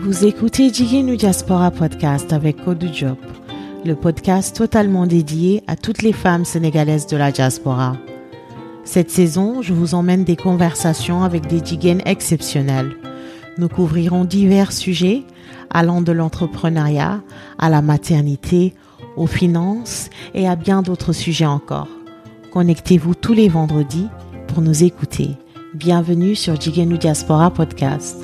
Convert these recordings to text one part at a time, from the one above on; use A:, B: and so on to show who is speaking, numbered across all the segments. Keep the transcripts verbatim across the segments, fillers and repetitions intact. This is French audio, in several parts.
A: Vous écoutez Jigenu Diaspora Podcast avec Kodou Diop, le podcast totalement dédié à toutes les femmes sénégalaises de la diaspora. Cette saison, je vous emmène des conversations avec des Jigènes exceptionnelles. Nous couvrirons divers sujets allant de l'entrepreneuriat à la maternité, aux finances et à bien d'autres sujets encore. Connectez-vous tous les vendredis pour nous écouter. Bienvenue sur Jigenu Diaspora Podcast.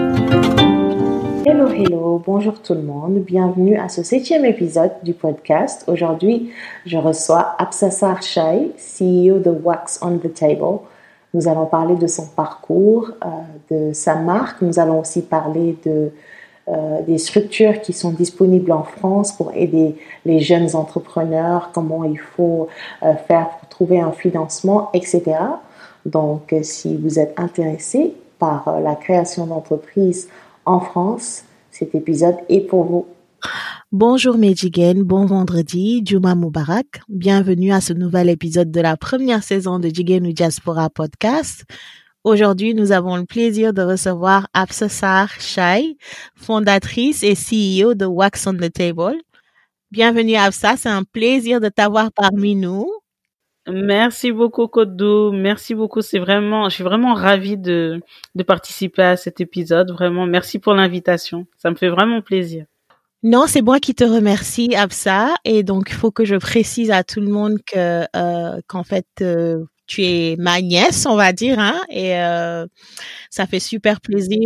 A: Hello, hello, bonjour tout le monde. Bienvenue à ce septième épisode du podcast. Aujourd'hui, je reçois Absa Sarr Chai, C E O de Wax on the Table. Nous allons parler de son parcours, euh, de sa marque. Nous allons aussi parler de, euh, des structures qui sont disponibles en France pour aider les jeunes entrepreneurs, comment il faut euh, faire pour trouver un financement, et cetera. Donc, euh, si vous êtes intéressé par euh, la création d'entreprises en France, cet épisode est pour vous. Bonjour mes Jigènes, bon vendredi, Juma Mubarak. Bienvenue à ce nouvel épisode de la première saison de Jigenu Diaspora Podcast. Aujourd'hui, nous avons le plaisir de recevoir Absa Sarr Chai, fondatrice et C E O de Wax on the Table. Bienvenue Absa, c'est un plaisir de t'avoir parmi nous.
B: Merci beaucoup Kodou, merci beaucoup, c'est vraiment, je suis vraiment ravie de, de participer à cet épisode, vraiment, merci pour l'invitation, ça me fait vraiment plaisir.
A: Non, c'est moi qui te remercie Absa, et donc il faut que je précise à tout le monde que euh, qu'en fait euh, tu es ma nièce, on va dire, hein, et euh, ça fait super plaisir.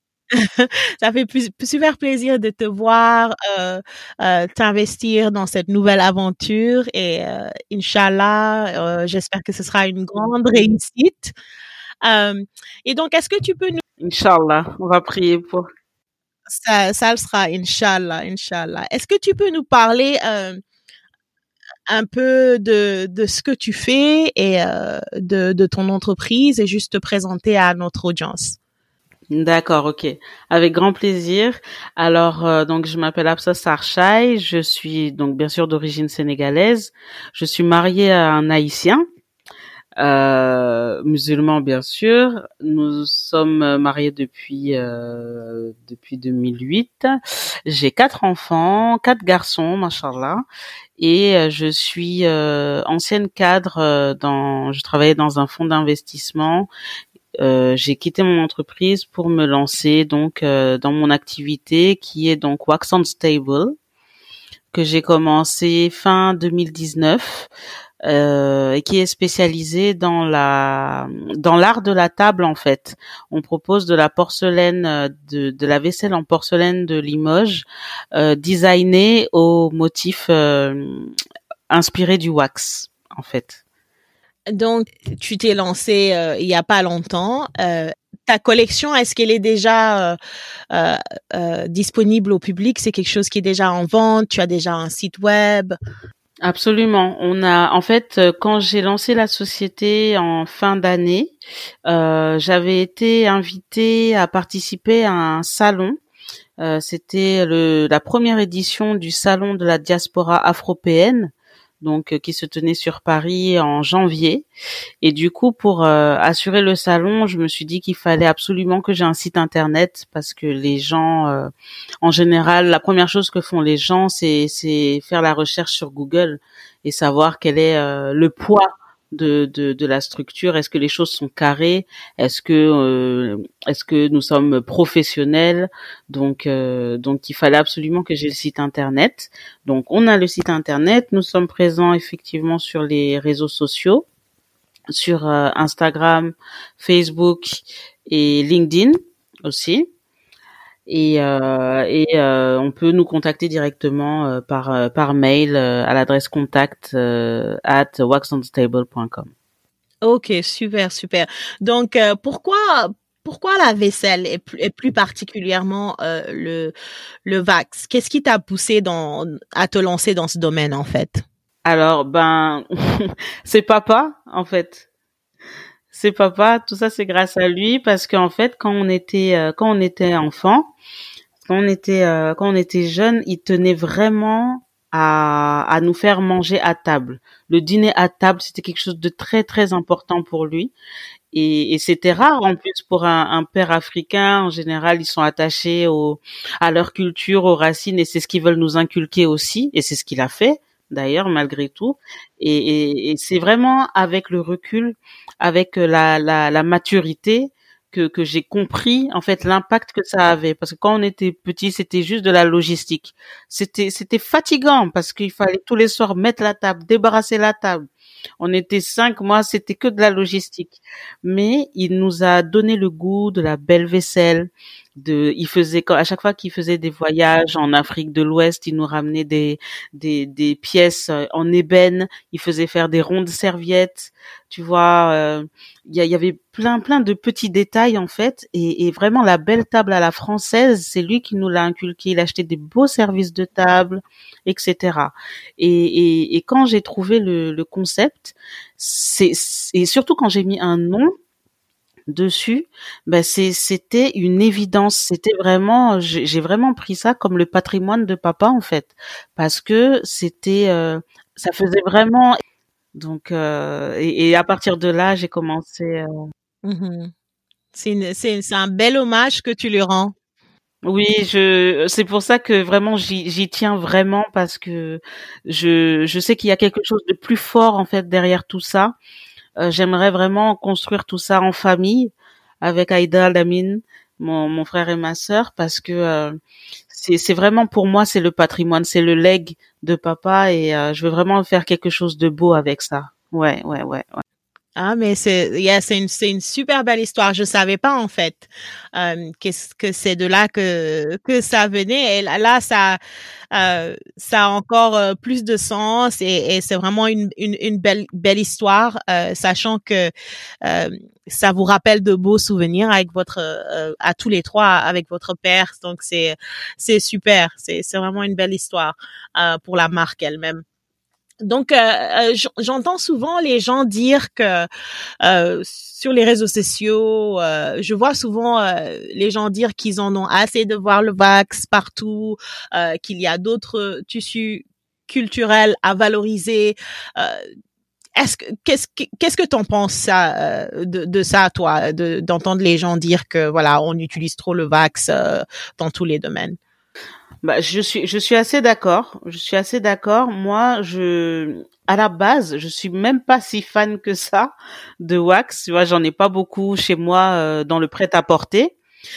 A: Ça fait plus, super plaisir de te voir euh, euh, t'investir dans cette nouvelle aventure et euh, Inch'Allah, euh, j'espère que ce sera une grande réussite. Euh, et donc, est-ce que tu peux nous...
B: Inch'Allah, on va prier pour...
A: Ça, ça le sera, Inch'Allah, Inch'Allah. Est-ce que tu peux nous parler euh, un peu de, de ce que tu fais et euh, de, de ton entreprise et juste te présenter à notre audience?
B: D'accord, ok. Avec grand plaisir. Alors, euh, donc, je m'appelle Absa Sarr Chai. Je suis donc bien sûr d'origine sénégalaise. Je suis mariée à un Haïtien, euh, musulman bien sûr. Nous sommes mariés depuis euh, depuis deux mille huit. J'ai quatre enfants, quatre garçons, machallah. Et euh, je suis euh, ancienne cadre euh, dans. Je travaillais dans un fonds d'investissement. Euh, j'ai quitté mon entreprise pour me lancer donc euh, dans mon activité qui est donc Wax on the Table, que j'ai commencé fin deux mille dix-neuf euh, et qui est spécialisée dans la dans l'art de la table en fait. On propose de la porcelaine, de, de la vaisselle en porcelaine de Limoges, euh, designée au motif euh, inspiré du wax en fait.
A: Donc, tu t'es lancé euh, il y a pas longtemps. Euh, ta collection, est-ce qu'elle est déjà euh, euh, euh, disponible au public? C'est quelque chose qui est déjà en vente? Tu as déjà un site web?
B: Absolument. On a, en fait, quand j'ai lancé la société en fin d'année, euh, j'avais été invitée à participer à un salon. Euh, c'était le, la première édition du salon de la diaspora afropéenne, donc qui se tenait sur Paris en janvier. Et du coup, pour euh, assurer le salon, je me suis dit qu'il fallait absolument que j'ai un site internet parce que les gens, euh, en général, la première chose que font les gens, c'est, c'est faire la recherche sur Google et savoir quel est euh, le poids de, de, de la structure. Est-ce que les choses sont carrées? Est-ce que euh, est-ce que nous sommes professionnels? Donc euh, donc il fallait absolument que j'ai le site internet. Donc on a le site internet. Nous sommes présents effectivement sur les réseaux sociaux, sur euh, Instagram, Facebook et LinkedIn aussi. Et, euh, et euh, on peut nous contacter directement euh, par euh, par mail euh, à l'adresse contact euh, at wax on the table point com.
A: Ok, super, super. Donc, euh, pourquoi pourquoi la vaisselle et plus, et plus particulièrement euh, le le wax? Qu'est-ce qui t'a poussé dans à te lancer dans ce domaine en fait?
B: Alors, ben, c'est papa en fait. C'est papa. Tout ça, c'est grâce à lui parce qu'en fait, quand on était euh, quand on était enfant, quand on était euh, quand on était jeune, il tenait vraiment à à nous faire manger à table. Le dîner à table, c'était quelque chose de très très important pour lui. Et, et c'était rare en plus pour un, un père africain. En général, ils sont attachés au, à leur culture, aux racines, et c'est ce qu'ils veulent nous inculquer aussi. Et c'est ce qu'il a fait, d'ailleurs, malgré tout. Et, et, et c'est vraiment avec le recul, avec la, la, la maturité, que, que j'ai compris en fait l'impact que ça avait. Parce que quand on était petit, c'était juste de la logistique. C'était, c'était fatigant parce qu'il fallait tous les soirs mettre la table, débarrasser la table. On était cinq, moi, c'était que de la logistique. Mais il nous a donné le goût de la belle vaisselle. De, il faisait, quand- à chaque fois qu'il faisait des voyages en Afrique de l'Ouest, il nous ramenait des, des, des pièces euh, en ébène. Il faisait faire des rondes serviettes. Tu vois, euh, il y, a- il y avait plein, plein de petits détails, en fait. Et, et vraiment, la belle table à la française, c'est lui qui nous l'a inculqué. Il achetait des beaux services de table, et cetera. Et, et, et quand j'ai trouvé le, le concept, c'est, et surtout quand j'ai mis un nom dessus, ben c'est, c'était une évidence. C'était vraiment, j'ai j'ai vraiment pris ça comme le patrimoine de papa, en fait, parce que c'était, euh, ça faisait vraiment. Donc, euh, et, et à partir de là, j'ai commencé. euh,
C: Mhm. C'est une- c'est c'est un bel hommage que tu lui rends.
B: Oui, je, c'est pour ça que vraiment j'y, j'y tiens vraiment parce que je, je sais qu'il y a quelque chose de plus fort en fait derrière tout ça. Euh, j'aimerais vraiment construire tout ça en famille avec Aïda, Lamine, mon, mon frère et ma sœur, parce que euh, c'est, c'est vraiment pour moi c'est le patrimoine, c'est le legs de papa et euh, je veux vraiment faire quelque chose de beau avec ça. Ouais, ouais, ouais, ouais.
C: Ah, mais c'est, yeah, c'est une, c'est une super belle histoire. Je savais pas, en fait, euh, qu'est-ce que c'est de là que, que ça venait. Et là, là, ça, euh, ça a encore euh, plus de sens et, et c'est vraiment une, une, une belle, belle histoire, euh, sachant que, euh, ça vous rappelle de beaux souvenirs avec votre, euh, à tous les trois, avec votre père. Donc, c'est, c'est super. C'est, c'est vraiment une belle histoire, euh, pour la marque elle-même. Donc, euh, euh, j- j'entends souvent les gens dire que euh, sur les réseaux sociaux, euh, je vois souvent euh, les gens dire qu'ils en ont assez de voir le wax partout, euh, qu'il y a d'autres tissus culturels à valoriser. Euh, est-ce que qu'est-ce que qu'est-ce que t'en penses ça euh, de, de ça toi, de, d'entendre les gens dire que voilà on utilise trop le wax euh, dans tous les domaines?
B: Bah, je suis, je suis assez d'accord. Je suis assez d'accord. Moi, je, à la base, je suis même pas si fan que ça de wax. Tu vois, j'en ai pas beaucoup chez moi euh, dans le prêt-à-porter.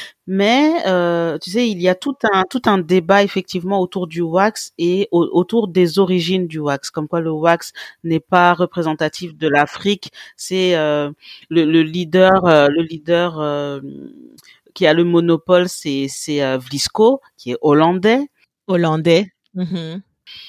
B: Mais euh, tu sais, il y a tout un tout un débat effectivement autour du wax et au- autour des origines du wax, comme quoi le wax n'est pas représentatif de l'Afrique. C'est euh, le, le leader, euh, le leader euh, qui a le monopole, c'est c'est euh, Vlisco, qui est hollandais.
C: Hollandais. Mhm.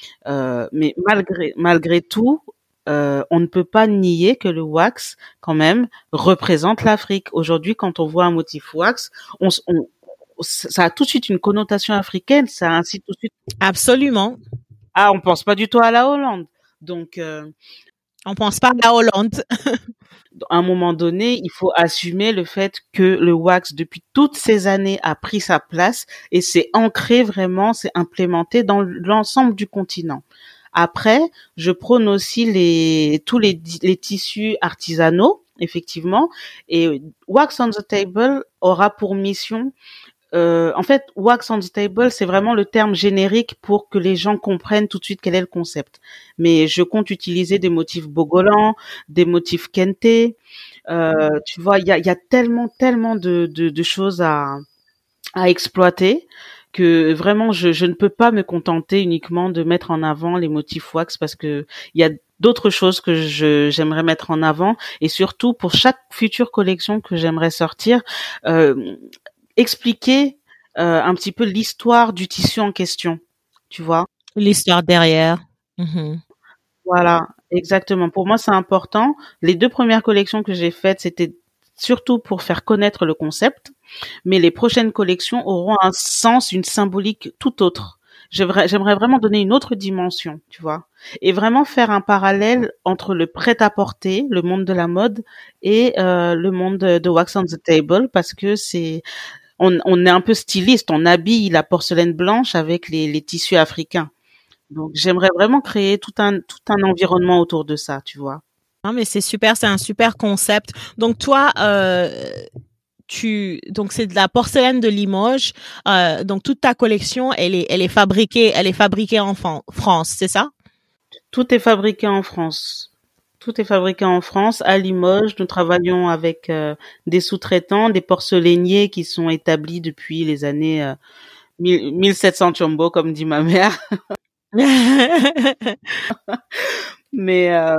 B: Euh, mais malgré malgré tout, euh, on ne peut pas nier que le wax, quand même, représente l'Afrique. Aujourd'hui, quand on voit un motif wax, on, s- on ça a tout de suite une connotation africaine. Ça incite tout de suite.
C: Absolument.
B: Ah, on pense pas du tout à la Hollande. Donc, euh,
C: On pense pas à la Hollande.
B: à un moment donné, il faut assumer le fait que le wax, depuis toutes ces années, a pris sa place et c'est ancré vraiment, c'est implémenté dans l'ensemble du continent. Après, je prône aussi les tous les, les tissus artisanaux, effectivement, et Wax on the Table aura pour mission euh, en fait, wax on the table, c'est vraiment le terme générique pour que les gens comprennent tout de suite quel est le concept. Mais je compte utiliser des motifs bogolans, des motifs kenté. Euh, tu vois, il y a, il y a tellement, tellement de, de, de choses à, à exploiter que vraiment, je, je ne peux pas me contenter uniquement de mettre en avant les motifs wax parce que il y a d'autres choses que je j'aimerais mettre en avant et surtout pour chaque future collection que j'aimerais sortir. Euh, expliquer euh, un petit peu l'histoire du tissu en question, tu vois.
C: L'histoire derrière. Mhm.
B: Voilà, exactement. Pour moi, c'est important. Les deux premières collections que j'ai faites, c'était surtout pour faire connaître le concept, mais les prochaines collections auront un sens, une symbolique tout autre. J'aimerais, j'aimerais vraiment donner une autre dimension, tu vois, et vraiment faire un parallèle entre le prêt-à-porter, le monde de la mode, et euh, le monde de, de Wax on the Table, parce que c'est on, on est un peu styliste, on habille la porcelaine blanche avec les, les tissus africains. Donc j'aimerais vraiment créer tout un tout un environnement autour de ça, tu vois.
C: Non, mais c'est super, c'est un super concept. Donc toi, euh, tu, donc c'est de la porcelaine de Limoges. Euh, donc toute ta collection, elle est, elle est fabriquée, elle est fabriquée en Fran- France, c'est ça?
B: Tout est fabriqué en France. Tout est fabriqué en France, à Limoges. Nous travaillons avec euh, des sous-traitants, des porcelainiers qui sont établis depuis les années euh, mille sept cents Chombo, comme dit ma mère. Mais euh,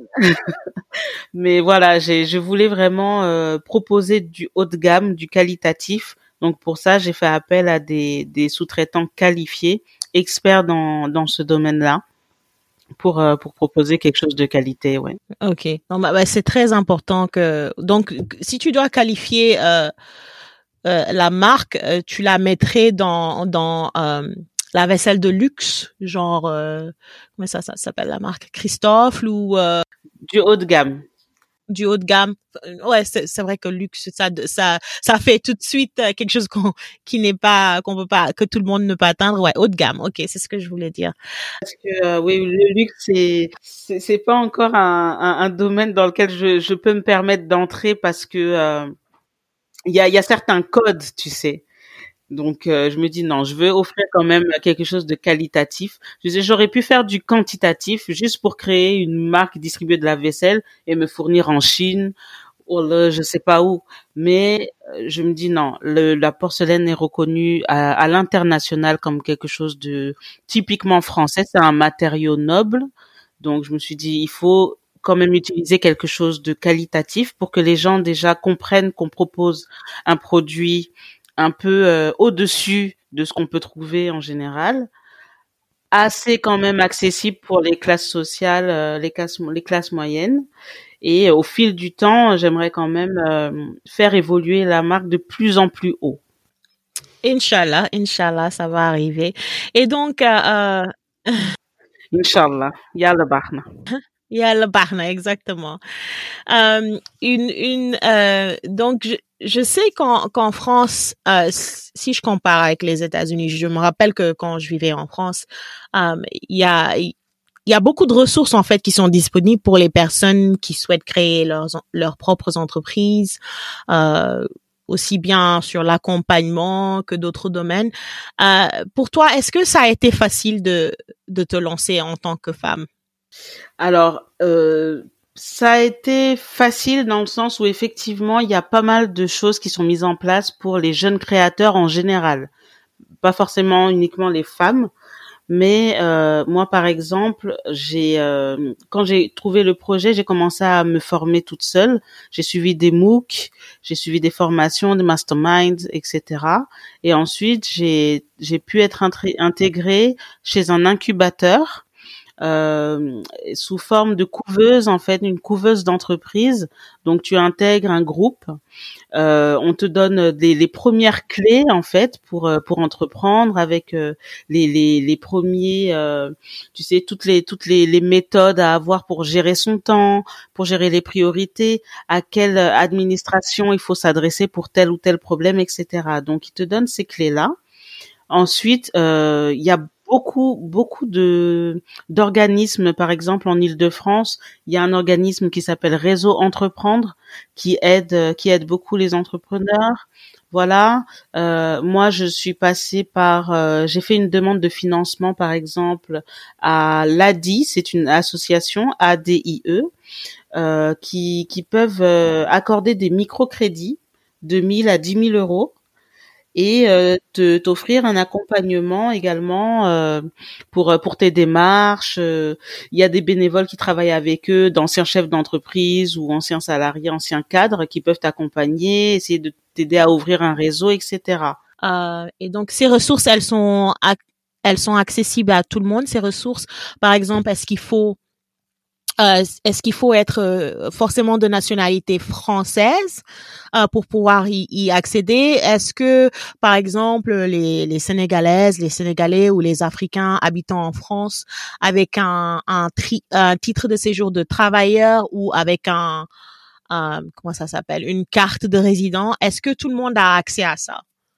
B: mais voilà, j'ai je voulais vraiment euh, proposer du haut de gamme, du qualitatif. Donc pour ça, j'ai fait appel à des des sous-traitants qualifiés, experts dans dans ce domaine-là, pour euh, pour proposer quelque chose de qualité, ouais.
C: Ok. Non, bah, bah, c'est très important que donc si tu dois qualifier euh, euh, la marque, euh, tu la mettrais dans dans euh, la vaisselle de luxe, genre euh, comment ça, ça s'appelle la marque Christophe ou euh,
B: Du haut de gamme.
C: du haut de gamme. Ouais, c'est, c'est vrai que luxe, ça, ça, ça fait tout de suite quelque chose qu'on, qui n'est pas, qu'on peut pas, que tout le monde ne peut atteindre. Ouais, haut de gamme. Ok, c'est ce que je voulais dire.
B: Parce que euh, oui, le luxe, c'est c'est, c'est pas encore un, un, un domaine dans lequel je, je peux me permettre d'entrer parce que euh, il y a il y a certains codes, tu sais. Donc euh, je me dis non, je veux offrir quand même quelque chose de qualitatif. Je sais, j'aurais pu faire du quantitatif juste pour créer une marque distribuée de la vaisselle et me fournir en Chine ou là, je sais pas où. Mais euh, je me dis non, le, la porcelaine est reconnue à, à l'international comme quelque chose de typiquement français. C'est un matériau noble. Donc je me suis dit il faut quand même utiliser quelque chose de qualitatif pour que les gens déjà comprennent qu'on propose un produit un peu euh, au-dessus de ce qu'on peut trouver en général, assez quand même accessible pour les classes sociales, euh, les classes les classes moyennes. Et euh, au fil du temps, j'aimerais quand même euh, faire évoluer la marque de plus en plus haut.
C: Inch'Allah, Inch'Allah, ça va arriver. Et donc, euh,
B: Inch'Allah, yalla bahna.
C: Yalla bahna, exactement. Euh, une, une, euh, donc, je, je sais qu'en, qu'en France, euh, si je compare avec les États-Unis, je me rappelle que quand je vivais en France, euh, il y a, il y a beaucoup de ressources en fait qui sont disponibles pour les personnes qui souhaitent créer leurs leurs propres entreprises, euh, aussi bien sur l'accompagnement que d'autres domaines. Euh, pour toi, est-ce que ça a été facile de de te lancer en tant que femme?
B: Alors, euh, ça a été facile dans le sens où effectivement, il y a pas mal de choses qui sont mises en place pour les jeunes créateurs en général. Pas forcément uniquement les femmes, mais euh, moi, par exemple, j'ai euh, quand j'ai trouvé le projet, j'ai commencé à me former toute seule. J'ai suivi des MOOC, j'ai suivi des formations, des masterminds, et cetera. Et ensuite, j'ai j'ai pu être intégrée chez un incubateur. Euh, sous forme de couveuse, en fait, une couveuse d'entreprise. Donc tu intègres un groupe, euh, on te donne des, les premières clés en fait pour pour entreprendre avec euh, les les les premiers, euh, tu sais, toutes les toutes les les méthodes à avoir pour gérer son temps, pour gérer les priorités, à quelle administration il faut s'adresser pour tel ou tel problème, et cetera. Donc ils te donnent ces clés là. Ensuite, euh, il y a beaucoup beaucoup de d'organismes, par exemple en Île-de-France, il y a un organisme qui s'appelle Réseau Entreprendre qui aide qui aide beaucoup les entrepreneurs. Voilà. Euh, moi, je suis passée par, euh, j'ai fait une demande de financement, par exemple, à l'A D I, c'est une association A D I E, euh, qui qui peuvent euh, accorder des microcrédits de mille à dix mille euros. Et euh, te t'offrir un accompagnement également euh, pour pour tes démarches. Euh, il y a des bénévoles qui travaillent avec eux, d'anciens chefs d'entreprise ou anciens salariés, anciens cadres qui peuvent t'accompagner, essayer de t'aider à ouvrir un réseau, et cetera.
C: Euh, et donc ces ressources, elles sont ac- elles sont accessibles à tout le monde. Ces ressources, par exemple, est-ce qu'il faut Euh, est-ce qu'il faut être euh, forcément de nationalité française euh, pour pouvoir y, y accéder? Est-ce que, par exemple, les, les Sénégalaises, les Sénégalais ou les Africains habitant en France avec un, un, tri, un titre de séjour de travailleur ou avec un, un comment ça s'appelle, une carte de résident, est-ce que tout le monde a accès à ça?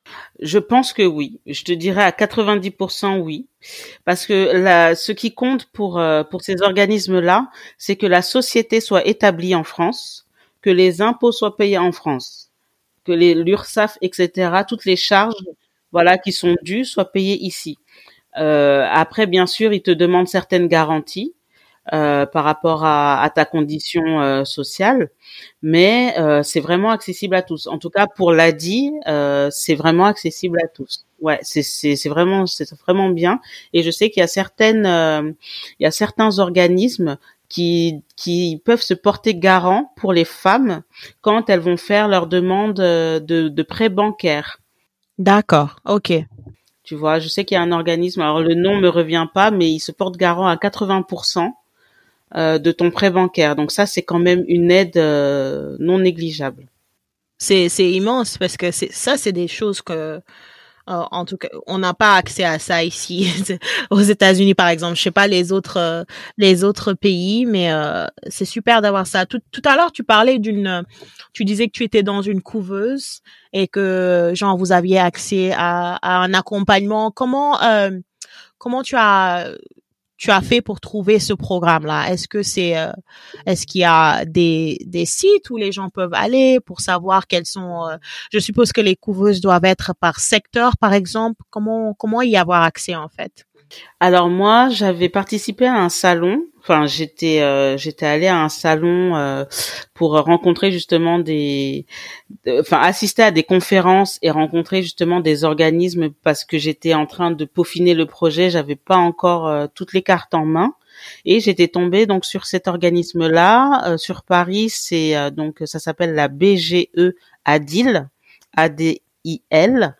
B: Je pense que oui. Je te dirais à quatre-vingt-dix pour cent oui. Parce que la, ce qui compte pour, euh, pour ces organismes-là, c'est que la société soit établie en France, que les impôts soient payés en France, que les l'URSSAF, et cetera, toutes les charges, voilà, qui sont dues soient payées ici. Euh, après, bien sûr, ils te demandent certaines garanties euh, par rapport à, à ta condition euh, sociale, mais euh, c'est vraiment accessible à tous. En tout cas, pour l'A D I, euh, c'est vraiment accessible à tous. Ouais, c'est c'est c'est vraiment c'est vraiment bien. Et je sais qu'il y a certaines euh, il y a certains organismes qui qui peuvent se porter garant pour les femmes quand elles vont faire leur demande euh, de de prêt bancaire.
C: D'accord, ok.
B: Tu vois, je sais qu'il y a un organisme, alors le nom me revient pas, mais il se porte garant à quatre-vingts pour cent euh, de ton prêt bancaire. Donc ça, c'est quand même une aide euh, non négligeable.
C: C'est c'est immense parce que c'est ça, c'est des choses que Euh, en tout cas, on n'a pas accès à ça ici aux États-Unis, par exemple. Je sais pas les autres euh, les autres pays, mais euh, c'est super d'avoir ça. Tout, tout à l'heure, tu parlais d'une, tu disais que tu étais dans une couveuse et que genre vous aviez accès à, à un accompagnement. Comment euh, comment tu as tu as fait pour trouver ce programme-là? Est-ce que c'est, euh, est-ce qu'il y a des, des sites où les gens peuvent aller pour savoir quels sont, euh, je suppose que les couveuses doivent être par secteur, par exemple. Comment, comment y avoir accès, en fait?
B: Alors moi, j'avais participé à un salon. Enfin, j'étais euh, j'étais allée à un salon euh, pour rencontrer justement des, de- enfin assister à des conférences et rencontrer justement des organismes parce que j'étais en train de peaufiner le projet. J'avais pas encore euh, toutes les cartes en main et j'étais tombée donc sur cet organisme-là euh, sur Paris. C'est euh, donc ça s'appelle la B G E Adil, A D I L.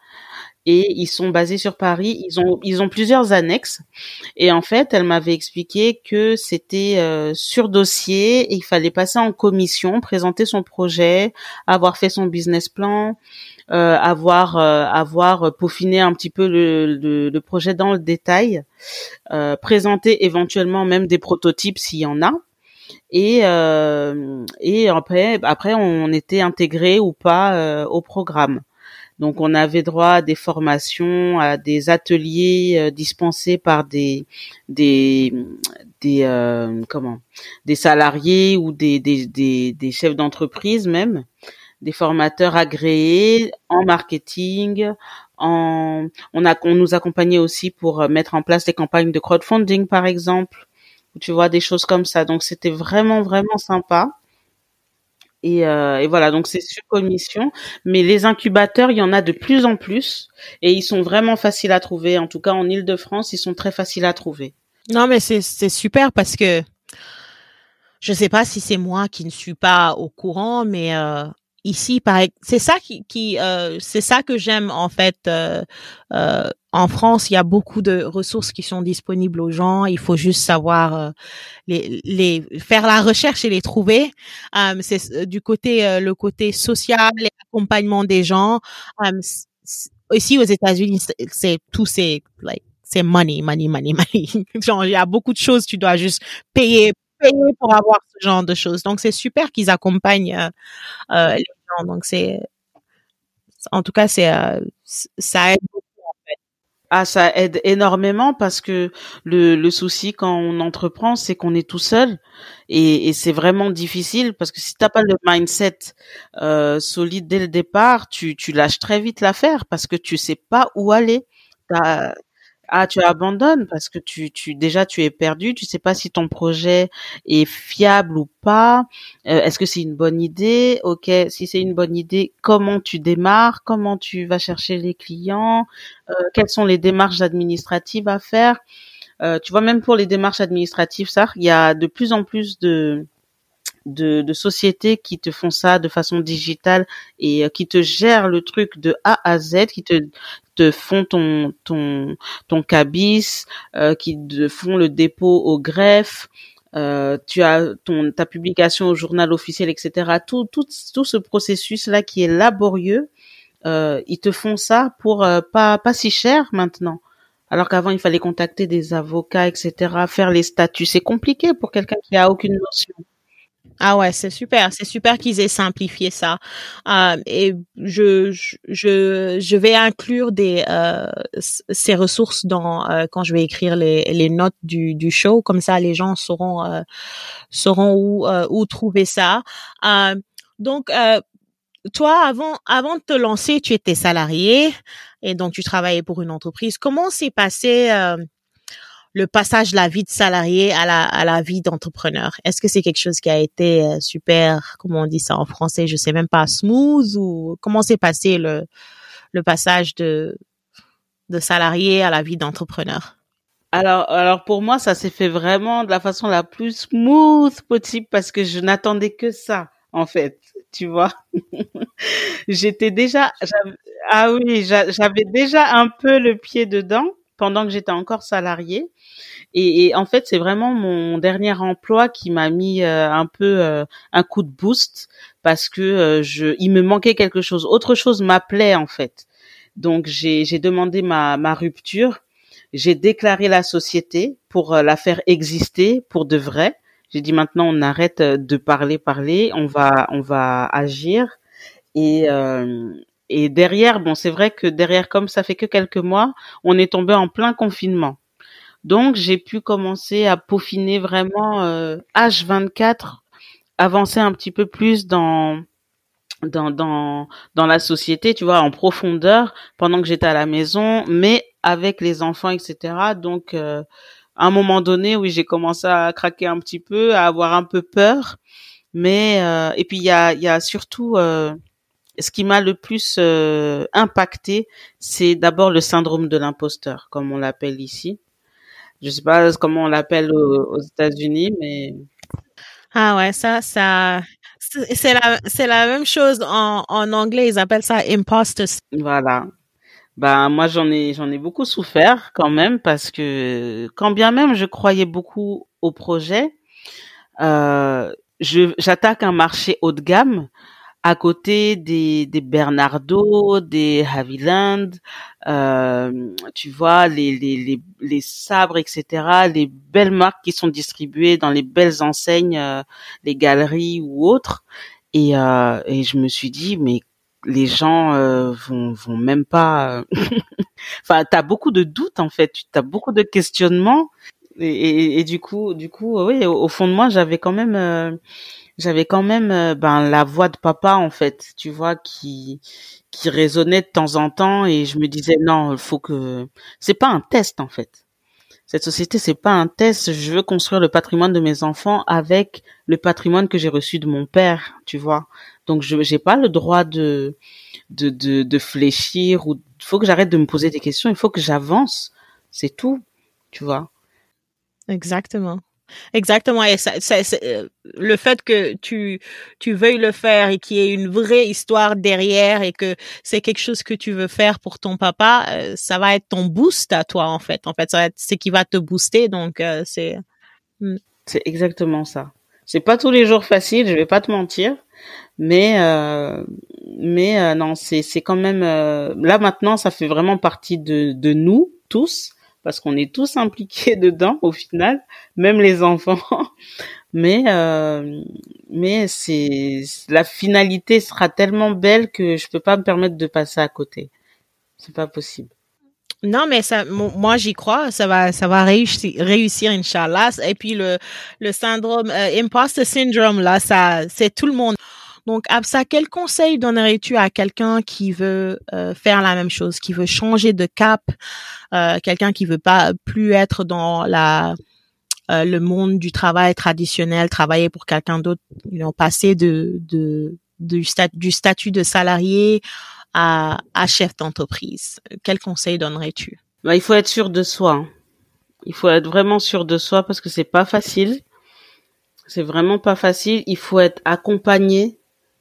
B: Et ils sont basés sur Paris. Ils ont ils ont plusieurs annexes. Et en fait, elle m'avait expliqué que c'était euh, sur dossier et il fallait passer en commission, présenter son projet, avoir fait son business plan, euh, avoir euh, avoir peaufiné un petit peu le, le, le projet dans le détail, euh, présenter éventuellement même des prototypes s'il y en a. Et euh, et après après on était intégré ou pas euh, au programme. Donc on avait droit à des formations, à des ateliers euh, dispensés par des des des euh, comment des salariés ou des des des, des chefs d'entreprise même, des formateurs agréés en marketing, en on a on nous accompagnait aussi pour euh, mettre en place des campagnes de crowdfunding par exemple, ou tu vois des choses comme ça. Donc c'était vraiment vraiment sympa. Et, euh, et voilà, donc c'est sur commission. Mais les incubateurs, il y en a de plus en plus et ils sont vraiment faciles à trouver. En tout cas, en Île-de-France, ils sont très faciles à trouver.
C: Non, mais c'est, c'est super parce que je sais pas si c'est moi qui ne suis pas au courant, mais euh, ici, pareil, c'est ça qui, qui euh, c'est ça que j'aime en fait. Euh, euh, en France, il y a beaucoup de ressources qui sont disponibles aux gens. Il faut juste savoir euh, les, les faire la recherche et les trouver. Euh, c'est euh, du côté euh, le côté social, l'accompagnement des gens. Euh, c- c- ici aux États-Unis, c'est, c'est tout c'est like c'est money, money, money, money. Genre il y a beaucoup de choses, tu dois juste payer payer pour avoir ce genre de choses. Donc c'est super qu'ils accompagnent euh, euh, les gens. Donc c'est en tout cas c'est euh, ça aide.
B: Ah, ça aide énormément parce que le, le souci quand on entreprend, c'est qu'on est tout seul et, et c'est vraiment difficile parce que si t'as pas le mindset euh, solide dès le départ, tu, tu lâches très vite l'affaire parce que tu sais pas où aller. T'as, Ah, tu abandonnes parce que tu, tu déjà tu es perdu, tu sais pas si ton projet est fiable ou pas. Euh, est-ce que c'est une bonne idée? Ok, si c'est une bonne idée, comment tu démarres? Comment tu vas chercher les clients? Euh, quelles sont les démarches administratives à faire? Euh, tu vois, même pour les démarches administratives, ça, il y a de plus en plus de de, de sociétés qui te font ça de façon digitale et euh, qui te gèrent le truc de A à Z, qui te te font ton ton ton cabis, euh, qui te font le dépôt au greffe, euh, tu as ton ta publication au journal officiel, et cetera. Tout tout tout ce processus là qui est laborieux, euh, ils te font ça pour euh, pas pas si cher maintenant. Alors qu'avant il fallait contacter des avocats, et cetera. Faire les statuts, c'est compliqué pour quelqu'un qui a aucune notion.
C: Ah ouais, c'est super, c'est super qu'ils aient simplifié ça. Euh, et je, je, je vais inclure des euh, ces ressources dans euh, quand je vais écrire les, les notes du, du show, comme ça les gens sauront euh, sauront où euh, où trouver ça. Euh, donc euh, toi, avant avant de te lancer, tu étais salarié et donc tu travaillais pour une entreprise. Comment s'est passé euh, le passage de la vie de salarié à la à la vie d'entrepreneur? Est-ce que c'est quelque chose qui a été euh, super, comment on dit ça en français, je sais même pas, smooth, ou comment s'est passé le le passage de de salarié à la vie d'entrepreneur?
B: Alors, alors pour moi, ça s'est fait vraiment de la façon la plus smooth possible parce que je n'attendais que ça, en fait. Tu vois, j'étais déjà, j'avais- ah oui, j'a- j'avais déjà un peu le pied dedans pendant que j'étais encore salariée. Et, et en fait, c'est vraiment mon dernier emploi qui m'a mis euh, un peu euh, un coup de boost parce que euh, je, il me manquait quelque chose. Autre chose m'appelait en fait. Donc j'ai j'ai demandé ma ma rupture. J'ai déclaré la société pour euh, la faire exister pour de vrai. J'ai dit maintenant on arrête euh, de parler parler, on va on va agir. Et euh, et derrière, bon c'est vrai que derrière comme ça fait que quelques mois, on est tombé en plein confinement. Donc, j'ai pu commencer à peaufiner vraiment euh, H vingt-quatre, avancer un petit peu plus dans dans dans dans la société, tu vois, en profondeur pendant que j'étais à la maison, mais avec les enfants, et cetera. Donc, euh, à un moment donné, oui, j'ai commencé à craquer un petit peu, à avoir un peu peur. Mais euh, et puis il y a il y a surtout euh, ce qui m'a le plus euh, impacté, c'est d'abord le syndrome de l'imposteur, comme on l'appelle ici. Je sais pas comment on l'appelle aux, aux États-Unis, mais
C: Ah ouais, ça ça c'est c'est la c'est la même chose en en anglais, ils appellent ça imposter.
B: voilà. Ben moi j'en ai j'en ai beaucoup souffert quand même parce que quand bien même je croyais beaucoup au projet, euh, je j'attaque un marché haut de gamme à côté des des Bernardo, des Haviland, euh, tu vois les les les les sabres et cetera, les belles marques qui sont distribuées dans les belles enseignes, euh, les galeries ou autres. Et euh, et je me suis dit mais les gens euh, vont vont même pas. Enfin, t'as beaucoup de doutes en fait, tu t'as beaucoup de questionnements. Et, et, et du coup, du coup, oui, au, au fond de moi, j'avais quand même euh, j'avais quand même euh, ben la voix de papa en fait, tu vois, qui qui résonnait de temps en temps et je me disais non, il faut que c'est pas un test en fait. Cette société c'est pas un test, je veux construire le patrimoine de mes enfants avec le patrimoine que j'ai reçu de mon père, tu vois. Donc je j'ai pas le droit de de de de fléchir ou il faut que j'arrête de me poser des questions, il faut que j'avance, c'est tout, tu vois.
C: Exactement. Exactement. Et ça, ça- c'est, euh, le fait que tu, tu veuilles le faire et qu'il y ait une vraie histoire derrière et que c'est quelque chose que tu veux faire pour ton papa, euh, ça va être ton boost à toi, en fait. En fait, ça va être ce qui va te booster. Donc, euh, c'est, mm,
B: C'est exactement ça. C'est pas tous les jours facile, je vais pas te mentir. Mais euh, mais euh, non, c'est c'est quand même euh, là maintenant, ça fait vraiment partie de de nous tous parce qu'on est tous impliqués dedans au final, même les enfants. Mais euh, mais c'est la finalité sera tellement belle que je peux pas me permettre de passer à côté. C'est pas possible.
C: non, mais ça, mo- moi, j'y crois. Ça va, ça va réussir, réussir, Inch'Allah. Et puis, le, le syndrome, euh, imposter syndrome, là, ça, c'est tout le monde. Donc, Absa, quel conseil donnerais-tu à quelqu'un qui veut euh, faire la même chose, qui veut changer de cap, euh, quelqu'un qui veut pas plus être dans la euh, le monde du travail traditionnel, travailler pour quelqu'un d'autre, you know, passer de de du, stat, du statut de salarié à, à chef d'entreprise. Quel conseil donnerais-tu?
B: Bah, il faut être sûr de soi, hein. Il faut être vraiment sûr de soi parce que c'est pas facile. C'est vraiment pas facile. Il faut être accompagné.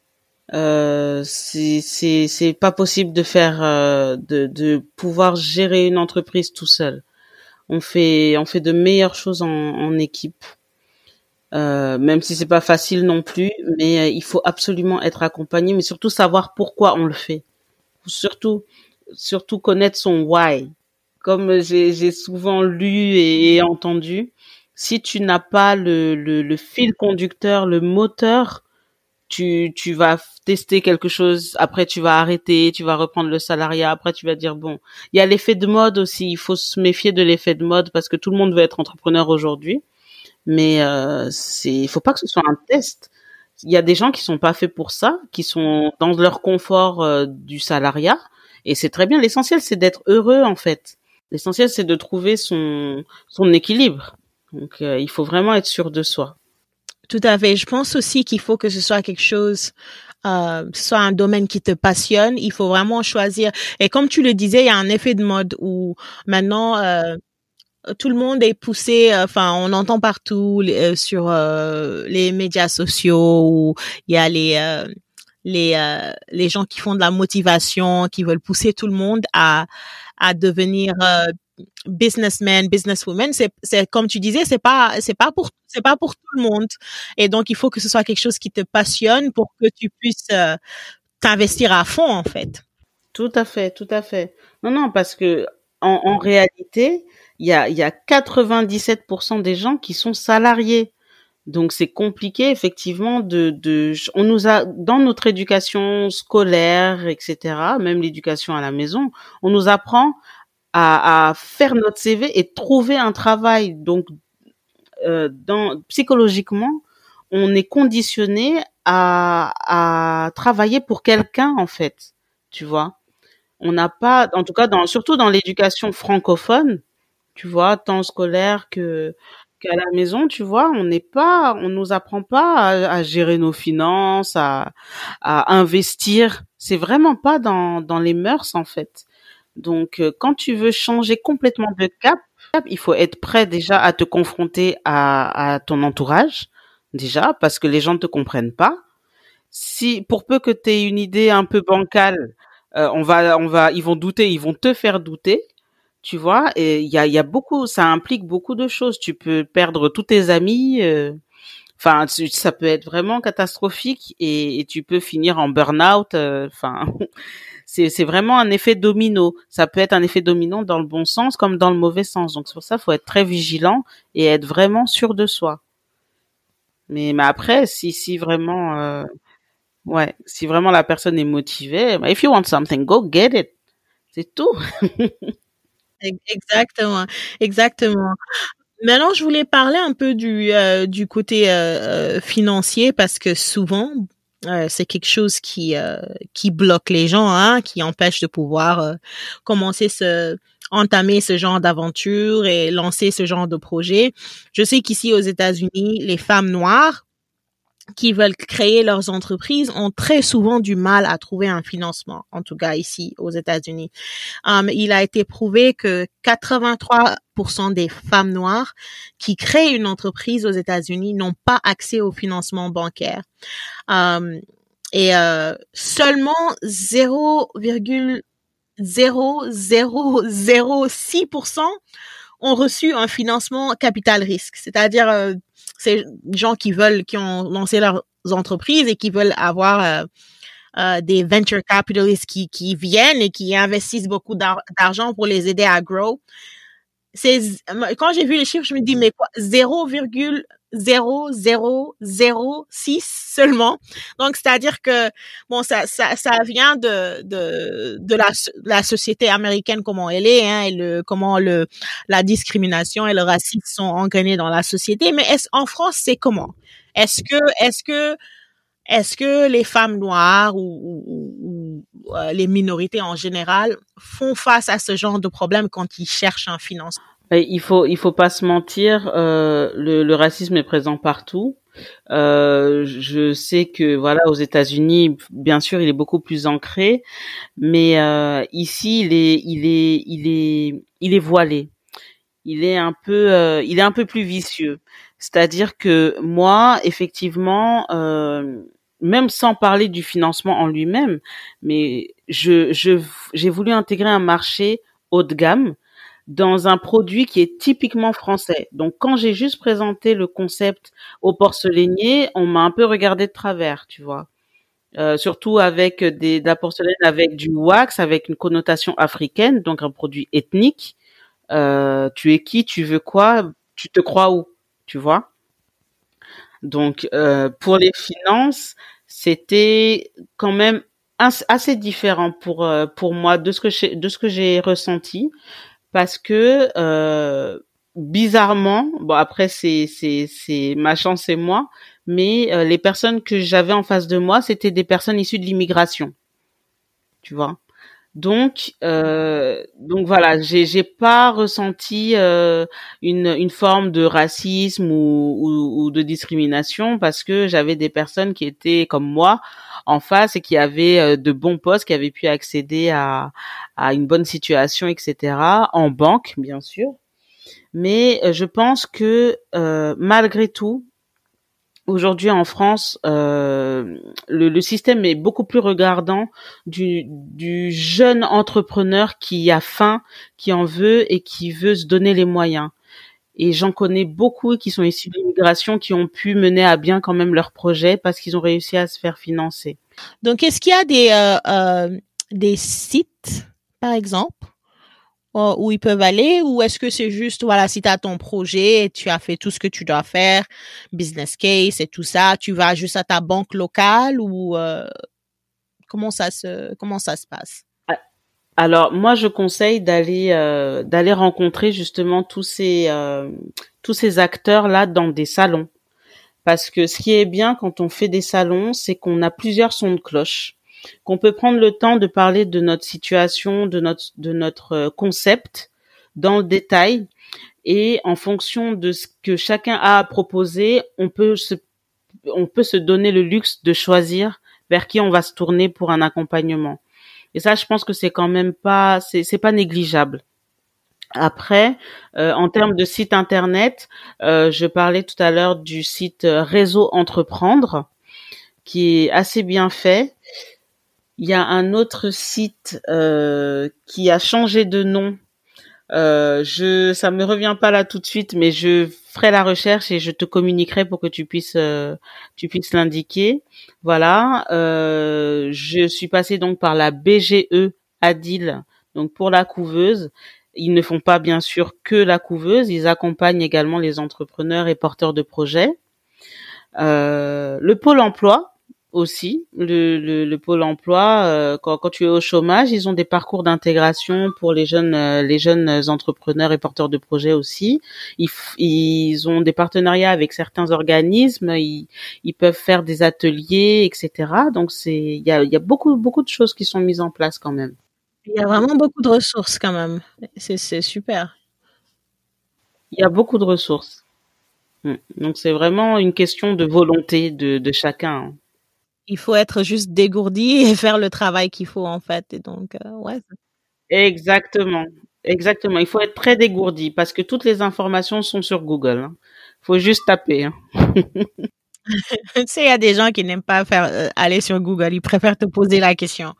B: Euh, c'est c'est c'est pas possible de faire euh, de de pouvoir gérer une entreprise tout seul. On fait on fait de meilleures choses en, en équipe, euh, même si c'est pas facile non plus. Mais euh, il faut absolument être accompagné, mais surtout savoir pourquoi on le fait. Surtout surtout connaître son why. Comme j'ai j'ai souvent lu et, et entendu, si tu n'as pas le, le, le fil conducteur, le moteur, tu, tu vas tester quelque chose, après tu vas arrêter, tu vas reprendre le salariat, après tu vas dire bon, il y a l'effet de mode aussi, il faut se méfier de l'effet de mode parce que tout le monde veut être entrepreneur aujourd'hui, mais euh, c'est, il faut pas que ce soit un test. Il y a des gens qui sont pas faits pour ça, qui sont dans leur confort euh, du salariat, et c'est très bien. L'essentiel c'est d'être heureux en fait. L'essentiel c'est de trouver son son équilibre. Donc euh, il faut vraiment être sûr de soi.
C: Tout à fait. Je pense aussi qu'il faut que ce soit quelque chose, euh, ce soit un domaine qui te passionne. Il faut vraiment choisir. Et comme tu le disais, il y a un effet de mode où maintenant euh, tout le monde est poussé. Enfin, on entend partout euh, sur euh, les médias sociaux où il y a les euh, les euh, les gens qui font de la motivation, qui veulent pousser tout le monde à à devenir euh, businessman, businesswoman. C'est c'est comme tu disais, c'est pas c'est pas pour c'est pas pour tout le monde. Et donc il faut que ce soit quelque chose qui te passionne pour que tu puisses euh, t'investir à fond en fait.
B: Tout à fait, tout à fait. Non, non, parce que en, en réalité, il y a il y a quatre-vingt-dix-sept pour cent des gens qui sont salariés. Donc c'est compliqué effectivement de de on nous a dans notre éducation scolaire et cetera, même l'éducation à la maison, on nous apprend à, à faire notre C V et trouver un travail. Donc euh, dans psychologiquement, on est conditionné à à travailler pour quelqu'un en fait, tu vois. On n'a pas, en tout cas dans surtout dans l'éducation francophone, tu vois, tant scolaire que qu'à la maison, tu vois, on n'est pas, on nous apprend pas à, à gérer nos finances, à, à investir. C'est vraiment pas dans, dans les mœurs, en fait. Donc, euh, quand tu veux changer complètement de cap, il faut être prêt déjà à te confronter à, à ton entourage, déjà, parce que les gens ne te comprennent pas. Si, pour peu que tu aies une idée un peu bancale, euh, on va, on va, ils vont douter, ils vont te faire douter. Tu vois, et il y a, il y a beaucoup, ça implique beaucoup de choses. Tu peux perdre tous tes amis. euh, Enfin, tu- ça peut être vraiment catastrophique et, et tu peux finir en burn-out. euh, Enfin, c'est, c'est vraiment un effet domino. Ça peut être un effet domino dans le bon sens comme dans le mauvais sens. Donc c'est pour ça, faut être très vigilant et être vraiment sûr de soi. Mais, mais après, si, si vraiment, euh, ouais, si vraiment la personne est motivée, bah, if you want something, go get it. C'est tout.
C: Exactement, exactement. Maintenant, je voulais parler un peu du euh, du côté euh, euh, financier parce que souvent euh, c'est quelque chose qui euh, qui bloque les gens, hein, qui empêche de pouvoir euh, commencer ce entamer ce genre d'aventure et lancer ce genre de projet. Je sais qu'ici aux États-Unis, les femmes noires qui veulent créer leurs entreprises ont très souvent du mal à trouver un financement, en tout cas ici aux États-Unis. Um, il a été prouvé que quatre-vingt-trois pour cent des femmes noires qui créent une entreprise aux États-Unis n'ont pas accès au financement bancaire. Um, et euh, seulement zéro virgule zéro zéro zéro six pour cent ont reçu un financement capital risque, c'est-à-dire euh, ces gens qui veulent, qui ont lancé leurs entreprises et qui veulent avoir euh, euh, des venture capitalists qui, qui viennent et qui investissent beaucoup d'ar- d'argent pour les aider à grow. C'est, quand j'ai vu les chiffres, je me dis, mais quoi, zéro virgule zéro zéro zéro six seulement. Donc, c'est-à-dire que, bon, ça, ça, ça vient de, de, de la, la société américaine, comment elle est, hein, et le, comment le, la discrimination et le racisme sont engrainés dans la société. Mais est-ce, en France, c'est comment? Est-ce que, est-ce que, est-ce que les femmes noires ou, ou, ou, ou euh, les minorités en général font face à ce genre de problème quand ils cherchent un financement?
B: Et il faut, il faut pas se mentir. Euh, le, le racisme est présent partout. Euh, je sais que voilà, aux États-Unis, bien sûr, il est beaucoup plus ancré, mais euh, ici, il est, il est, il est, il est voilé. Il est un peu, euh, il est un peu plus vicieux. C'est-à-dire que moi, effectivement, euh, même sans parler du financement en lui-même, mais je, je, j'ai voulu intégrer un marché haut de gamme dans un produit qui est typiquement français. Donc, quand j'ai juste présenté le concept au porcelainier, on m'a un peu regardé de travers, tu vois. Euh, surtout avec des, de la porcelaine avec du wax, avec une connotation africaine, donc un produit ethnique. Euh, tu es qui, tu veux quoi, tu te crois où? tu vois. Donc, euh, pour les finances, c'était quand même as- assez différent pour euh, pour moi de ce que j'ai de ce que j'ai ressenti parce que euh, bizarrement, bon après c'est c'est c'est ma chance et moi, mais euh, les personnes que j'avais en face de moi, c'était des personnes issues de l'immigration, tu vois. Donc, euh, donc voilà, j'ai j'ai pas ressenti euh, une une forme de racisme ou, ou, ou de discrimination parce que j'avais des personnes qui étaient comme moi en face et qui avaient euh, de bons postes, qui avaient pu accéder à à une bonne situation, et cetera. En banque, bien sûr. Mais euh, je pense que euh, malgré tout, aujourd'hui en France, euh, le, le système est beaucoup plus regardant du, du jeune entrepreneur qui a faim, qui en veut et qui veut se donner les moyens. Et j'en connais beaucoup qui sont issus de l'immigration, qui ont pu mener à bien quand même leur projet parce qu'ils ont réussi à se faire financer.
C: Donc, est-ce qu'il y a des, euh, euh, des sites, par exemple, euh, où ils peuvent aller, ou est-ce que c'est juste, voilà, si tu as ton projet, et tu as fait tout ce que tu dois faire, business case et tout ça, tu vas juste à ta banque locale ou euh, comment ça se comment ça se passe?
B: Alors moi je conseille d'aller euh, d'aller rencontrer justement tous ces euh, tous ces acteurs là dans des salons. Parce que ce qui est bien quand on fait des salons, c'est qu'on a plusieurs sons de cloche, qu'on peut prendre le temps de parler de notre situation, de notre de notre concept dans le détail, et en fonction de ce que chacun a à proposer, on peut se on peut se donner le luxe de choisir vers qui on va se tourner pour un accompagnement. Et ça, je pense que c'est quand même pas c'est c'est pas négligeable. Après, euh, en termes de site internet, euh, je parlais tout à l'heure du site Réseau Entreprendre, qui est assez bien fait. Il y a un autre site euh, qui a changé de nom. Euh, je, ça me revient pas là tout de suite, mais je ferai la recherche et je te communiquerai pour que tu puisses, euh, tu puisses l'indiquer. Voilà. Euh, je suis passée donc par la B G E Adil, donc pour la couveuse. Ils ne font pas bien sûr que la couveuse, ils accompagnent également les entrepreneurs et porteurs de projets. Euh, le Pôle emploi aussi, le, le, le Pôle emploi, euh, quand, quand tu es au chômage, ils ont des parcours d'intégration pour les jeunes, euh, les jeunes entrepreneurs et porteurs de projets aussi. Ils, ils ont des partenariats avec certains organismes, ils, ils peuvent faire des ateliers, et cetera. Donc c'est, il y a, il y a beaucoup, beaucoup de choses qui sont mises en place quand même.
C: Il y a vraiment beaucoup de ressources quand même. C'est, c'est super.
B: Il y a beaucoup de ressources. Donc c'est vraiment une question de volonté de, de chacun.
C: Il faut être juste dégourdi et faire le travail qu'il faut en fait. Et donc euh, ouais.
B: Exactement, exactement. Il faut être très dégourdi parce que toutes les informations sont sur Google. Hein. Faut juste taper. Hein.
C: Tu sais, il y a des gens qui n'aiment pas faire euh, aller sur Google. Ils préfèrent te poser la question.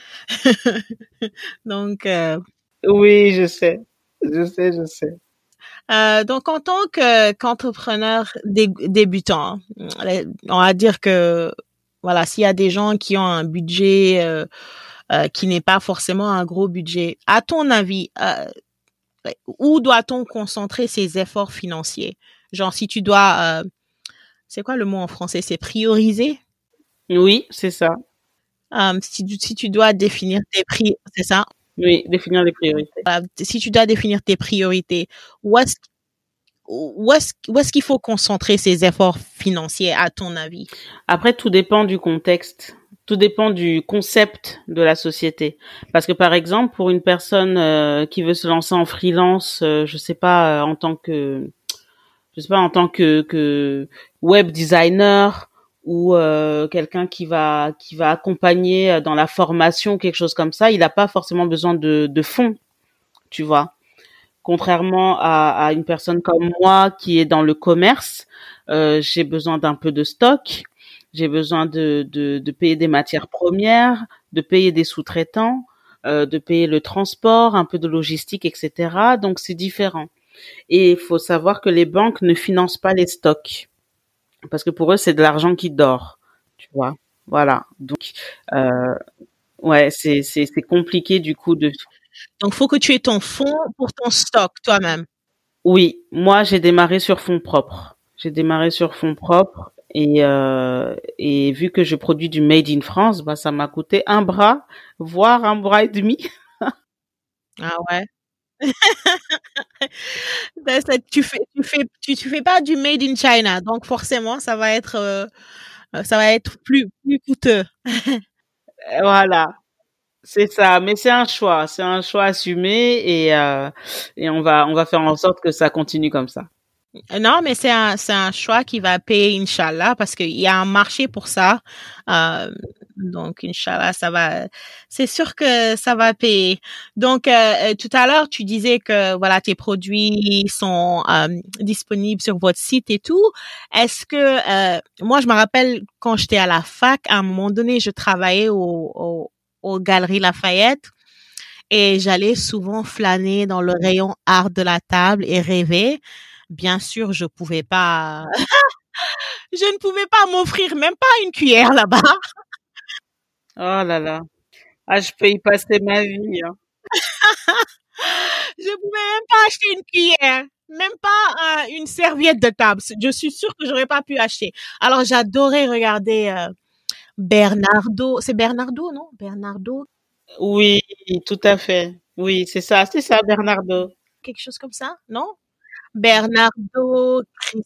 C: donc euh,
B: oui, je sais, je sais, je sais.
C: Euh, donc, en tant que, qu'entrepreneur dé, débutant, on va dire que, voilà, s'il y a des gens qui ont un budget euh, euh, qui n'est pas forcément un gros budget, à ton avis, euh, où doit-on concentrer ses efforts financiers? Genre, si tu dois, euh, c'est quoi le mot en français? C'est prioriser?
B: Oui, c'est ça.
C: Um, si, si tu dois définir tes prix, c'est ça?
B: Oui, définir les priorités.
C: Voilà, si tu dois définir tes priorités, où est-ce Où est-ce, où est-ce qu'il faut concentrer ses efforts financiers, à ton avis?
B: Après, tout dépend du contexte. Tout dépend du concept de la société. Parce que, par exemple, pour une personne euh, qui veut se lancer en freelance, euh, je sais pas, euh, en tant que, je sais pas, en tant que, que web designer ou euh, quelqu'un qui va qui va accompagner dans la formation, quelque chose comme ça, il n'a pas forcément besoin de, de fonds, tu vois. Contrairement à, à une personne comme moi qui est dans le commerce, euh, j'ai besoin d'un peu de stock, j'ai besoin de, de, de payer des matières premières, de payer des sous-traitants, euh, de payer le transport, un peu de logistique, et cetera. Donc c'est différent. Et il faut savoir que les banques ne financent pas les stocks parce que pour eux c'est de l'argent qui dort, tu vois. Voilà. Donc euh, ouais, c'est c'est c'est compliqué du coup de.
C: Donc, faut que tu aies ton fonds pour ton stock toi-même.
B: Oui, moi j'ai démarré sur fonds propres. J'ai démarré sur fonds propres et euh, et vu que je produis du made in France, bah ça m'a coûté un bras, voire un bras et demi.
C: Ah ouais. Ben, ça- tu fais, tu fais, tu, tu fais pas du made in China, donc forcément, ça va être, euh, euh, ça va être plus, plus coûteux.
B: Euh, Voilà, c'est ça. Mais c'est un choix, c'est un choix assumé et euh, et on va on va faire en sorte que ça continue comme ça.
C: Non, mais c'est un, c'est un choix qui va payer, Inch'Allah, parce qu'il y a un marché pour ça. Euh, donc, Inch'Allah, ça va, c'est sûr que ça va payer. Donc, euh, euh, tout à l'heure, tu disais que, voilà, tes produits sont euh, disponibles sur votre site et tout. Est-ce que, euh, moi, je me rappelle quand j'étais à la fac, à un moment donné, je travaillais au, au, aux Galeries Lafayette. Et j'allais souvent flâner dans le rayon art de la table et rêver. Bien sûr, je pouvais pas, je ne pouvais pas m'offrir même pas une cuillère là-bas.
B: Oh là là. Ah, je peux y passer ma vie, hein.
C: Je pouvais même pas acheter une cuillère, même pas euh, une serviette de table. Je suis sûre que j'aurais pas pu acheter. Alors j'adorais regarder euh, Bernardo. C'est Bernardo, non? Bernardo,
B: Oui, tout à fait. Oui, c'est ça, c'est ça, Bernardo.
C: quelque chose comme ça, non? Bernardo, Chris-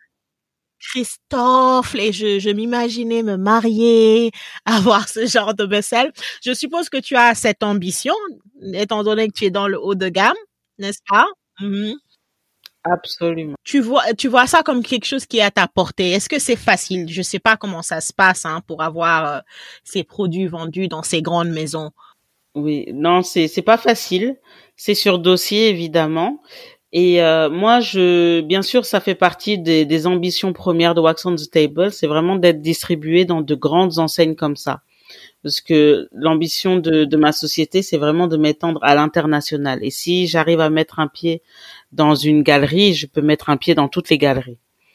C: Christophe, et je, je m'imaginais me marier, avoir ce genre de vaisselle. Je suppose que tu as cette ambition, étant donné que tu es dans le haut de gamme, n'est-ce pas? Mhm.
B: Absolument.
C: Tu vois, tu vois ça comme quelque chose qui est à ta portée. Est-ce que c'est facile? Je sais pas comment ça se passe, hein, pour avoir euh, ces produits vendus dans ces grandes maisons.
B: Oui, non, c'est c'est pas facile. C'est sur dossier évidemment. Et euh, moi, je, bien sûr, ça fait partie des, des ambitions premières de Wax on the Table, c'est vraiment d'être distribué dans de grandes enseignes comme ça. Parce que l'ambition de, de ma société, c'est vraiment de m'étendre à l'international. Et si j'arrive à mettre un pied dans une galerie, je peux mettre un pied dans toutes les galeries.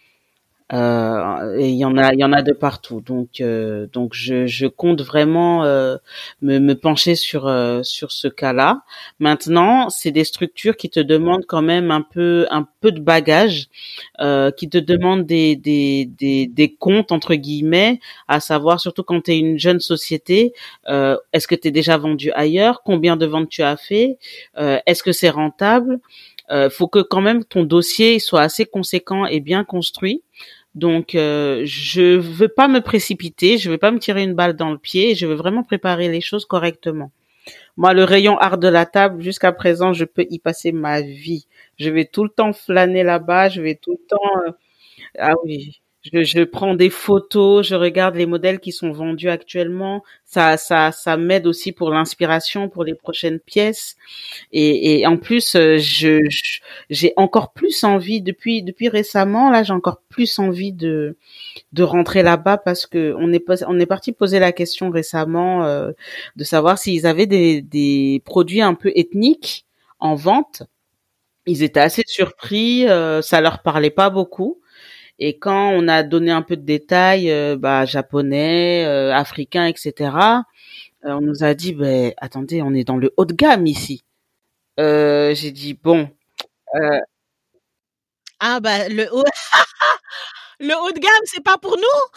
B: Euh, et il y en a, il y en a de partout. Donc, euh, donc je, je compte vraiment euh, me, me pencher sur euh, sur ce cas-là. Maintenant, c'est des structures qui te demandent quand même un peu un peu de bagage, euh, qui te demandent des des des des comptes entre guillemets, à savoir surtout quand tu es une jeune société, euh, est-ce que tu es déjà vendu ailleurs, combien de ventes tu as fait, euh, est-ce que c'est rentable. Euh, faut que quand même ton dossier soit assez conséquent et bien construit. Donc, euh, je veux pas me précipiter, je veux pas me tirer une balle dans le pied, je veux vraiment préparer les choses correctement. Moi, le rayon art de la table, jusqu'à présent, je peux y passer ma vie. Je vais tout le temps flâner là-bas, je vais tout le temps euh, ah oui, je, je prends des photos, je regarde les modèles qui sont vendus actuellement. Ça, ça, ça m'aide aussi pour l'inspiration pour les prochaines pièces. Et, et en plus, euh, je, je- j'ai encore plus envie depuis depuis récemment. Là, j'ai encore plus envie de de rentrer là-bas parce que on est pas- on est parti poser la question récemment euh, de savoir s'ils avaient des des produits un peu ethniques en vente. Ils étaient assez surpris, euh, ça leur parlait pas beaucoup. Et quand on a donné un peu de détails, euh, bah, japonais, euh, africains, et cetera, euh, on nous a dit, ben, attendez, on est dans le haut de gamme ici. Euh, j'ai dit, bon, euh,
C: Ah bah le haut, le haut de gamme, c'est pas pour nous.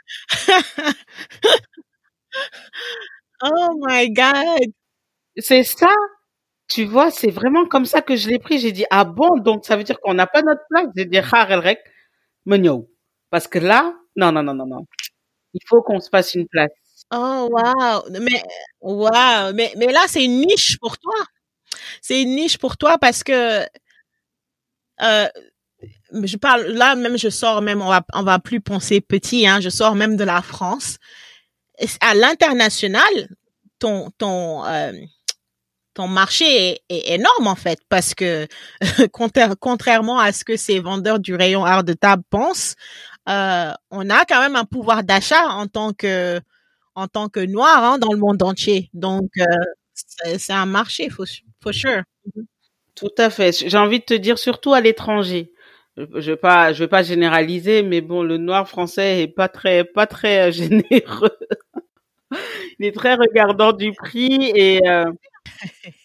C: Oh my God.
B: c'est ça, tu vois, c'est vraiment comme ça que je l'ai pris. J'ai dit, ah bon, donc ça veut dire qu'on n'a pas notre place. J'ai dit, ah, el rek, megnou. Parce que là, non, non, non, non, non. Il faut qu'on se fasse une place.
C: Oh wow. Mais wow. Mais mais là c'est une niche pour toi. C'est une niche pour toi parce que euh, je parle là même je sors même on va on va plus penser petit hein, je sors même de la France. À l'international, ton ton euh, ton marché est, est énorme en fait parce que contrairement à ce que ces vendeurs du rayon art de table pensent, euh, on a quand même un pouvoir d'achat en tant que en tant que noir hein, dans le monde entier. Donc euh, c'est, c'est un marché, for, for sure.
B: Tout à fait. J'ai envie de te dire surtout à l'étranger. Je je vais pas, je vais pas généraliser, mais bon, le noir français est pas très, pas très euh, généreux. Il est très regardant du prix et euh,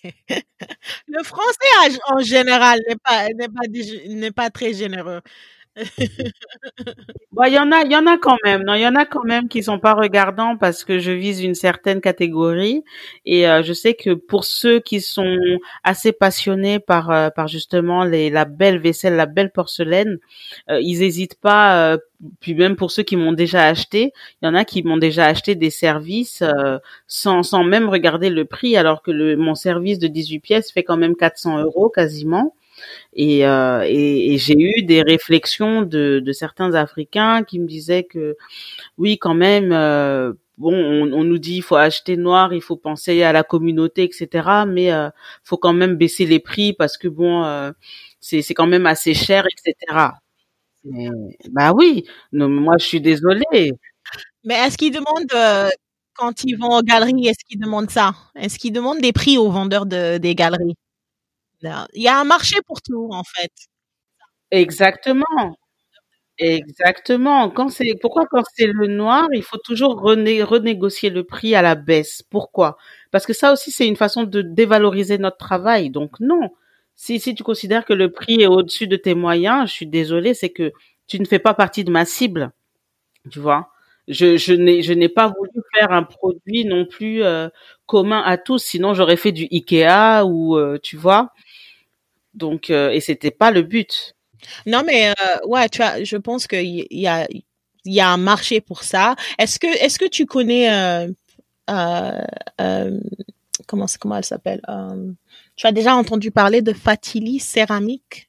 C: Le français en général n'est pas n'est pas n'est pas très généreux.
B: Bon, il y en a, il y en a quand même. Non, il y en a quand même qui sont pas regardants parce que je vise une certaine catégorie et euh, je sais que pour ceux qui sont assez passionnés par euh, par justement les la belle vaisselle, la belle porcelaine, euh, ils hésitent pas. Euh, puis même pour ceux qui m'ont déjà acheté, il y en a qui m'ont déjà acheté des services euh, sans sans même regarder le prix, alors que le mon service de dix-huit pièces fait quand même quatre cents euros quasiment. Et, euh, et, et j'ai eu des réflexions de, de certains Africains qui me disaient que oui, quand même, euh, bon, on, on nous dit il faut acheter noir, il faut penser à la communauté, et cetera. Mais euh, faut quand même baisser les prix parce que bon, euh, c'est c'est quand même assez cher, et cetera. Mais, bah oui, non, mais moi je suis désolée.
C: Mais est-ce qu'ils demandent, euh, quand ils vont aux galeries, est-ce qu'ils demandent ça? Est-ce qu'ils demandent des prix aux vendeurs de, des galeries? Non. Il y a un marché pour tout, en fait.
B: Exactement. Exactement. Quand c'est pourquoi quand c'est le noir, il faut toujours rené- renégocier le prix à la baisse. Pourquoi? Parce que ça aussi, c'est une façon de dévaloriser notre travail. Donc non. Si si tu considères que le prix est au-dessus de tes moyens, je suis désolée, c'est que tu ne fais pas partie de ma cible, tu vois. Je je n'ai je n'ai pas voulu faire un produit non plus euh, commun à tous, sinon j'aurais fait du Ikea ou euh, tu vois. Donc euh, et c'était pas le but.
C: Non, mais euh, ouais, tu vois, je pense qu'il y y a, il y a un marché pour ça. Est-ce que, est-ce que tu connais, euh, euh, euh, comment, comment elle s'appelle? Euh, tu as déjà entendu parler de Fatili Céramique?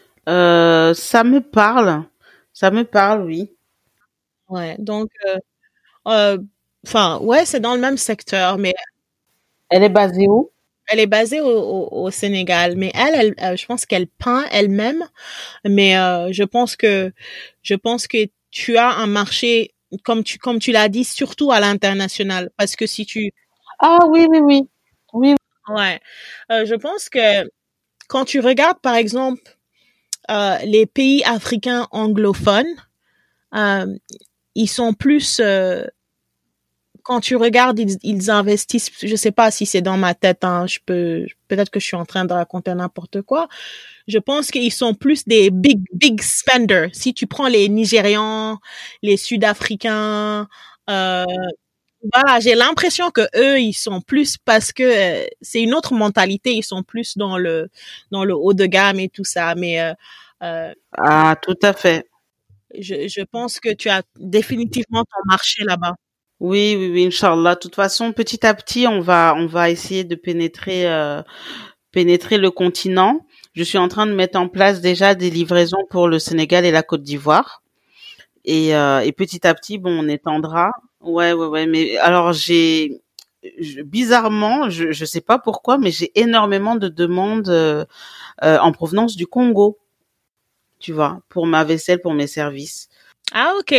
B: Euh, ça me parle. Ça me parle, oui.
C: Ouais, donc, euh, euh, enfin, ouais, c'est dans le même secteur, mais
B: Elle est basée où?
C: elle est basée au, au, au Sénégal. Mais elle, elle, euh, je pense qu'elle peint elle-même. Mais euh, je pense que, je pense que tu as un marché, comme tu, comme tu l'as dit, surtout à l'international. Parce que si tu,
B: Ah oui, oui, oui. Oui.
C: ouais, euh, je pense que quand tu regardes, par exemple, euh, les pays africains anglophones, euh, ils sont plus, euh, quand tu regardes, ils, ils investissent, je sais pas si c'est dans ma tête, hein, je peux, peut-être que je suis en train de raconter n'importe quoi. Je pense qu'ils sont plus des big, big spenders. Si tu prends les Nigérians, les Sud-Africains, euh, voilà, j'ai l'impression que eux, ils sont plus parce que euh, c'est une autre mentalité. Ils sont plus dans le dans le haut de gamme et tout ça. Mais euh, euh,
B: Ah, tout à fait.
C: je, je pense que tu as définitivement ton marché là-bas.
B: Oui, oui, oui, Inch'Allah. De toute façon, petit à petit, on va, on va essayer de pénétrer, euh, pénétrer le continent. Je suis en train de mettre en place déjà des livraisons pour le Sénégal et la Côte d'Ivoire. Et, euh, et petit à petit, bon, on étendra. Ouais, ouais, ouais. Mais alors, j'ai, je- bizarrement, je, je sais pas pourquoi, mais j'ai énormément de demandes euh, euh, en provenance du Congo, tu vois, pour ma vaisselle, pour mes services.
C: Ah, ok,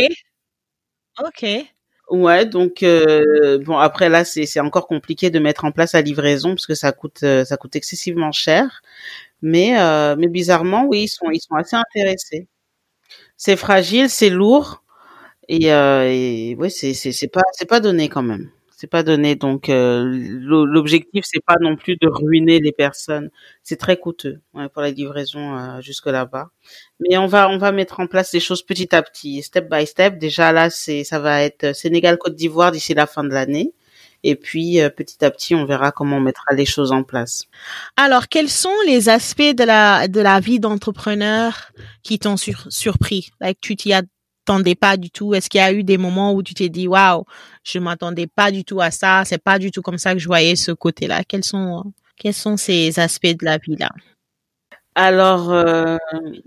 C: ok.
B: Ouais, donc euh, bon après là c'est c'est encore compliqué de mettre en place la livraison parce que ça coûte euh, ça coûte excessivement cher, mais euh, mais bizarrement oui ils sont ils sont assez intéressés. C'est fragile, c'est lourd et euh, et ouais c'est c'est c'est pas c'est pas donné quand même. C'est pas donné donc euh, l'o- l'objectif c'est pas non plus de ruiner les personnes. C'est très coûteux ouais, pour la livraison euh, jusque là-bas. Mais on va on va mettre en place les choses petit à petit, step by step. Déjà là, c'est ça va être Sénégal Côte d'Ivoire d'ici la fin de l'année. Et puis euh, petit à petit, on verra comment on mettra les choses en place.
C: Alors, quels sont les aspects de la de la vie d'entrepreneur qui t'ont sur, surpris? Like, tu t'y attendais pas du tout. Est-ce qu'il y a eu des moments où tu t'es dit, waouh, je m'attendais pas du tout à ça. C'est pas du tout comme ça que je voyais ce côté-là. Quels sont quels sont ces aspects de la vie là?
B: Alors, euh,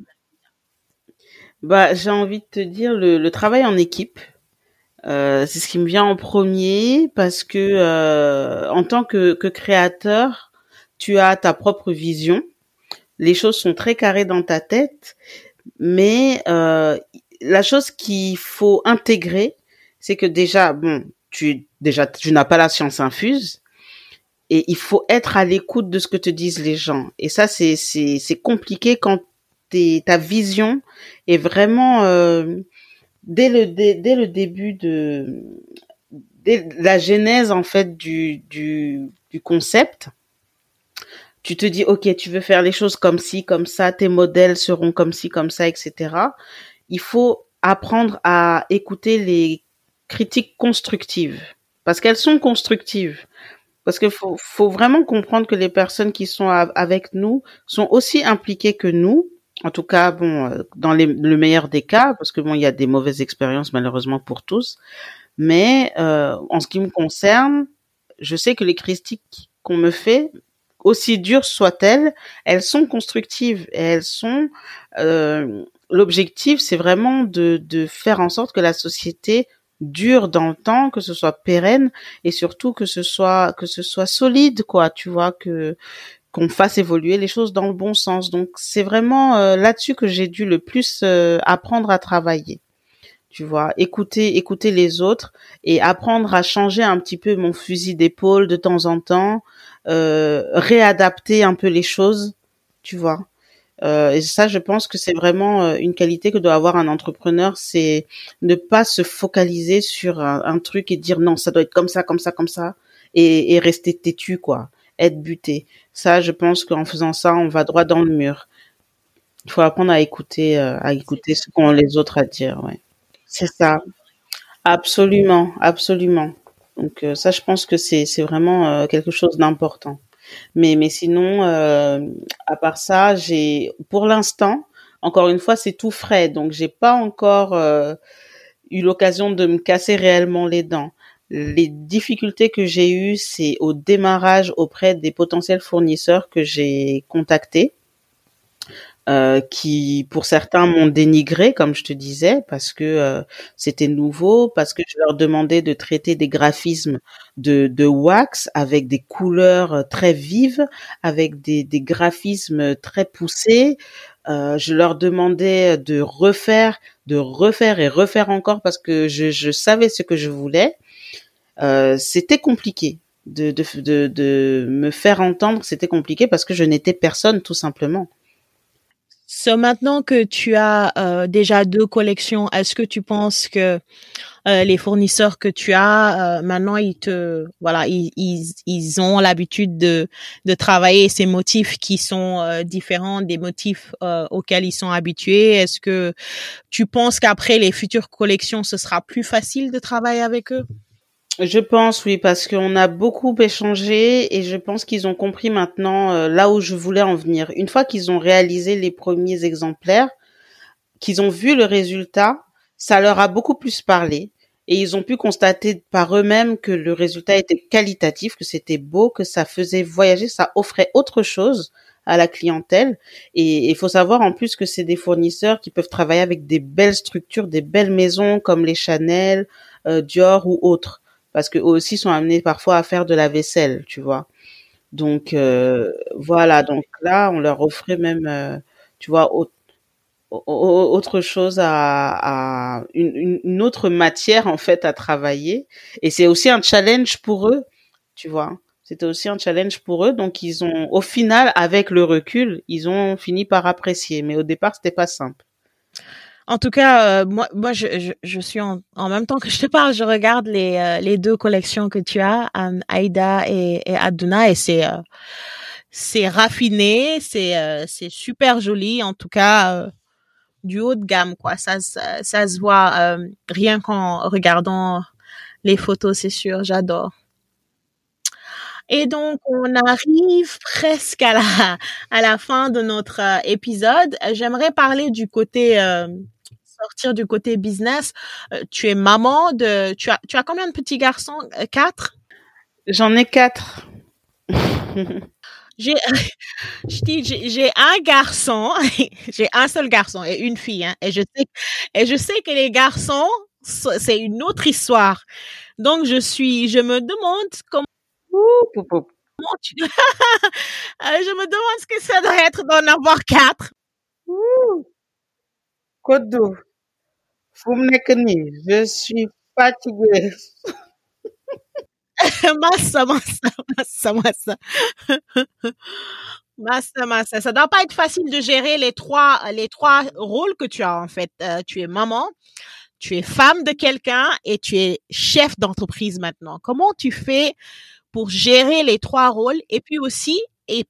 B: bah j'ai envie de te dire le, le travail en équipe. Euh, c'est ce qui me vient en premier parce que euh, en tant que, que créateur, tu as ta propre vision. Les choses sont très carrées dans ta tête. Mais euh, la chose qu'il faut intégrer, c'est que déjà, bon, tu déjà tu n'as pas la science infuse et il faut être à l'écoute de ce que te disent les gens. Et ça, c'est c'est c'est compliqué quand t'es, ta vision est vraiment euh, dès le dès, dès le début de dès la genèse en fait du du du concept. tu te dis, ok, tu veux faire les choses comme ci, comme ça, tes modèles seront comme ci, comme ça, et cetera. Il faut apprendre à écouter les critiques constructives parce qu'elles sont constructives. Parce qu'il faut, faut vraiment comprendre que les personnes qui sont a- avec nous sont aussi impliquées que nous. En tout cas, bon, euh, dans les- le meilleur des cas, parce que bon, il y a des mauvaises expériences malheureusement pour tous. Mais euh, en ce qui me concerne, je sais que les critiques qu'on me fait, aussi dures soient-elles, elles sont constructives et elles sont. Euh, l'objectif, c'est vraiment de, de faire en sorte que la société dure dans le temps, que ce soit pérenne et surtout que ce soit que ce soit solide, quoi. Tu vois que qu'on fasse évoluer les choses dans le bon sens. Donc c'est vraiment euh, là-dessus que j'ai dû le plus euh, apprendre à travailler. Tu vois, écouter, écouter les autres et apprendre à changer un petit peu mon fusil d'épaule de temps en temps, euh, réadapter un peu les choses, tu vois. Euh, et ça, je pense que c'est vraiment euh, une qualité que doit avoir un entrepreneur, c'est ne pas se focaliser sur un, un truc et dire non, ça doit être comme ça, comme ça, comme ça, et, et rester têtu, quoi, être buté. Ça, je pense qu'en faisant ça, on va droit dans le mur. Il faut apprendre à écouter, euh, à écouter ce qu'ont les autres à dire, ouais. C'est ça. Absolument, absolument. Donc euh, ça, je pense que c'est c'est vraiment euh, quelque chose d'important. Mais mais sinon, euh, à part ça, j'ai pour l'instant, encore une fois, c'est tout frais, donc j'ai pas encore euh, eu l'occasion de me casser réellement les dents. Les difficultés que j'ai eues, c'est au démarrage auprès des potentiels fournisseurs que j'ai contactés euh, qui pour certains m'ont dénigré, comme je te disais, parce que euh, c'était nouveau, parce que je leur demandais de traiter des graphismes de, de wax avec des couleurs euh, très vives, avec des, des graphismes très poussés. Euh, je leur demandais de refaire, de refaire et refaire encore parce que je, je savais ce que je voulais. Euh, c'était compliqué. De, de, de, de me faire entendre, c'était compliqué parce que je n'étais personne, tout simplement.
C: So, maintenant que tu as euh, déjà deux collections, est-ce que tu penses que euh, les fournisseurs que tu as euh, maintenant, ils te, voilà, ils ils, ils ont l'habitude de de travailler ces motifs qui sont euh, différents des motifs euh, auxquels ils sont habitués? Est-ce que tu penses qu'après les futures collections, ce sera plus facile de travailler avec eux?
B: Je pense, oui, parce qu'on a beaucoup échangé et je pense qu'ils ont compris maintenant euh, là où je voulais en venir. Une fois qu'ils ont réalisé les premiers exemplaires, qu'ils ont vu le résultat, ça leur a beaucoup plus parlé et ils ont pu constater par eux-mêmes que le résultat était qualitatif, que c'était beau, que ça faisait voyager, ça offrait autre chose à la clientèle. Et il faut savoir en plus que c'est des fournisseurs qui peuvent travailler avec des belles structures, des belles maisons comme les Chanel, euh, Dior ou autres, parce que eux aussi sont amenés parfois à faire de la vaisselle, tu vois. Donc euh, voilà, donc là on leur offrait même, euh, tu vois, au- au- au- autre chose à, à une, une une autre matière en fait à travailler. Et c'est aussi un challenge pour eux, tu vois. C'était aussi un challenge pour eux, donc ils ont, au final, avec le recul, ils ont fini par apprécier. Mais au départ, c'était pas simple.
C: En tout cas, euh, moi, moi, je, je, je suis en, en même temps que je te parle, je regarde les euh, les deux collections que tu as, euh, Aïda et, et Aduna, et c'est euh, c'est raffiné, c'est euh, c'est super joli. En tout cas, euh, du haut de gamme, quoi. Ça, ça, ça se voit euh, rien qu'en regardant les photos, c'est sûr. J'adore. Et donc, on arrive presque à la à la fin de notre euh, épisode. J'aimerais parler du côté euh, sortir du côté business. Euh, tu es maman de, tu as, tu as combien de petits garçons? Euh, Quatre?
B: J'en ai quatre.
C: J'ai, je dis, j'ai, j'ai un garçon, j'ai un seul garçon et une fille, hein, et je sais, et je sais que les garçons, c'est une autre histoire. Donc, je suis, je me demande comment
B: Ouh, pou, pou.
C: tu, euh, je me demande ce que ça doit être d'en avoir quatre.
B: Ouh, Kodo, vous me connaissez, je suis fatiguée.
C: Massa, massa, massa, massa. Massa, massa. Ça doit pas être facile de gérer les trois, les trois rôles que tu as, en fait. Euh, tu es maman, tu es femme de quelqu'un et tu es chef d'entreprise maintenant. Comment tu fais pour gérer les trois rôles et puis aussi, et puis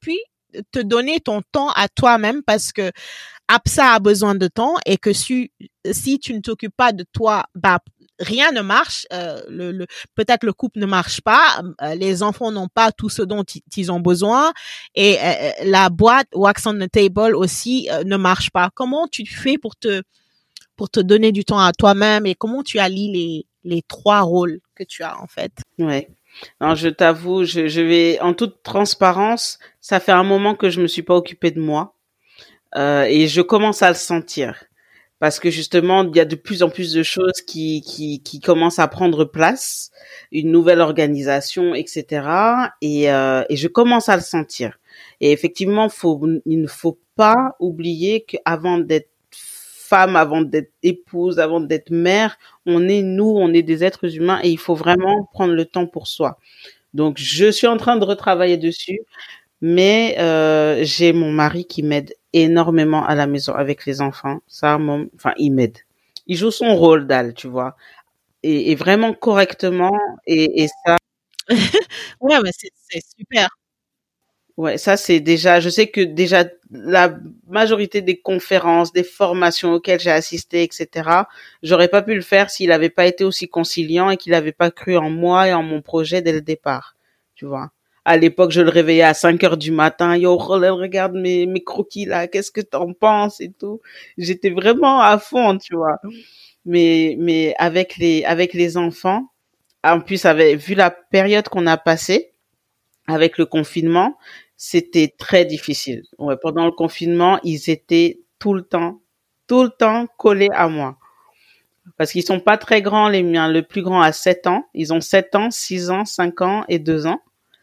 C: te donner ton temps à toi-même parce que Absa a besoin de temps et que si, si tu ne t'occupes pas de toi, bah, rien ne marche. Euh, le, le, peut-être le couple ne marche pas, euh, les enfants n'ont pas tout ce dont ils ont besoin et euh, la boîte Wax on the Table aussi euh, ne marche pas. Comment tu fais pour te pour te donner du temps à toi-même et comment tu allies les les trois rôles que tu as en fait?
B: Ouais. Alors je t'avoue, je, je vais en toute transparence, ça fait un moment que je me suis pas occupée de moi euh, et je commence à le sentir. Parce que justement, il y a de plus en plus de choses qui qui qui commencent à prendre place, une nouvelle organisation, et cetera. Et euh, et je commence à le sentir. Et effectivement, faut il ne faut pas oublier qu'avant d'être femme, avant d'être épouse, avant d'être mère, on est nous, on est des êtres humains et il faut vraiment prendre le temps pour soi. Donc, je suis en train de retravailler dessus. Mais euh, j'ai mon mari qui m'aide énormément à la maison avec les enfants. Ça, mon, enfin, il m'aide. Il joue son rôle d'Al, tu vois, et, et vraiment correctement. Et, et ça,
C: Ouais, mais c'est c'est super.
B: ouais, ça c'est déjà. Je sais que déjà la majorité des conférences, des formations auxquelles j'ai assisté, et cetera. J'aurais pas pu le faire s'il avait pas été aussi conciliant et qu'il avait pas cru en moi et en mon projet dès le départ, tu vois. À l'époque, je le réveillais à cinq heures du matin. Yo, regarde mes, mes croquis là. Qu'est-ce que t'en penses et tout. J'étais vraiment à fond, tu vois. Mais, mais avec les, avec les enfants, en plus, avec, vu la période qu'on a passée avec le confinement, c'était très difficile. Ouais, pendant le confinement, ils étaient tout le temps, tout le temps collés à moi. Parce qu'ils sont pas très grands, les miens. Le plus grand a sept ans. Ils ont sept ans, six ans, cinq ans et deux ans.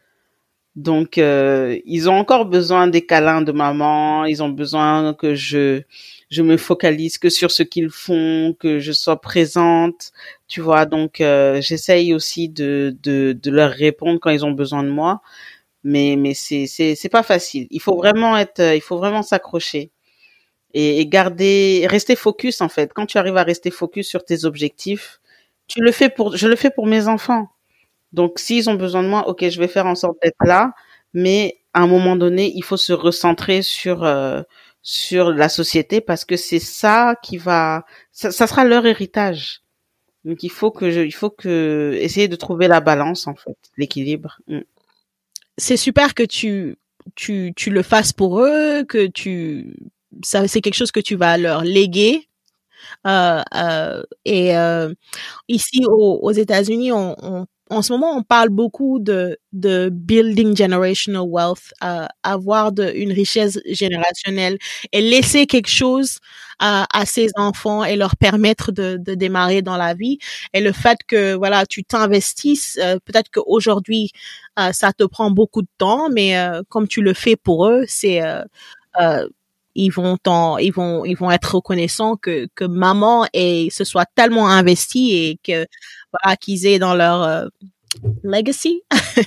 B: Donc, euh, ils ont encore besoin des câlins de maman. Ils ont besoin que je je me focalise que sur ce qu'ils font, que je sois présente, tu vois. Donc, euh, j'essaye aussi de de de leur répondre quand ils ont besoin de moi. Mais mais c'est c'est c'est pas facile. Il faut vraiment être, il faut vraiment s'accrocher et, et garder, rester focus en fait. Quand tu arrives à rester focus sur tes objectifs, tu le fais pour, je le fais pour mes enfants. Donc, s'ils ont besoin de moi, ok, je vais faire en sorte d'être là, mais à un moment donné, il faut se recentrer sur euh, sur la société parce que c'est ça qui va, ça, ça sera leur héritage. Donc, il faut que je, il faut que essayer de trouver la balance en fait, l'équilibre. Mm.
C: C'est super que tu tu tu le fasses pour eux, que tu ça c'est quelque chose que tu vas leur léguer. Euh, euh, et euh, ici aux, aux États-Unis, on, on en ce moment, on parle beaucoup de, de building generational wealth, euh, avoir de, une richesse générationnelle et laisser quelque chose à, à ses enfants et leur permettre de, de démarrer dans la vie. Et le fait que voilà, tu t'investisses, euh, peut-être qu'aujourd'hui, euh, ça te prend beaucoup de temps, mais euh, comme tu le fais pour eux, c'est euh, euh, ils vont t'en, ils vont, ils vont être reconnaissants que que maman et se soit tellement investie et que voilà qu'ils aient dans leur euh, legacy,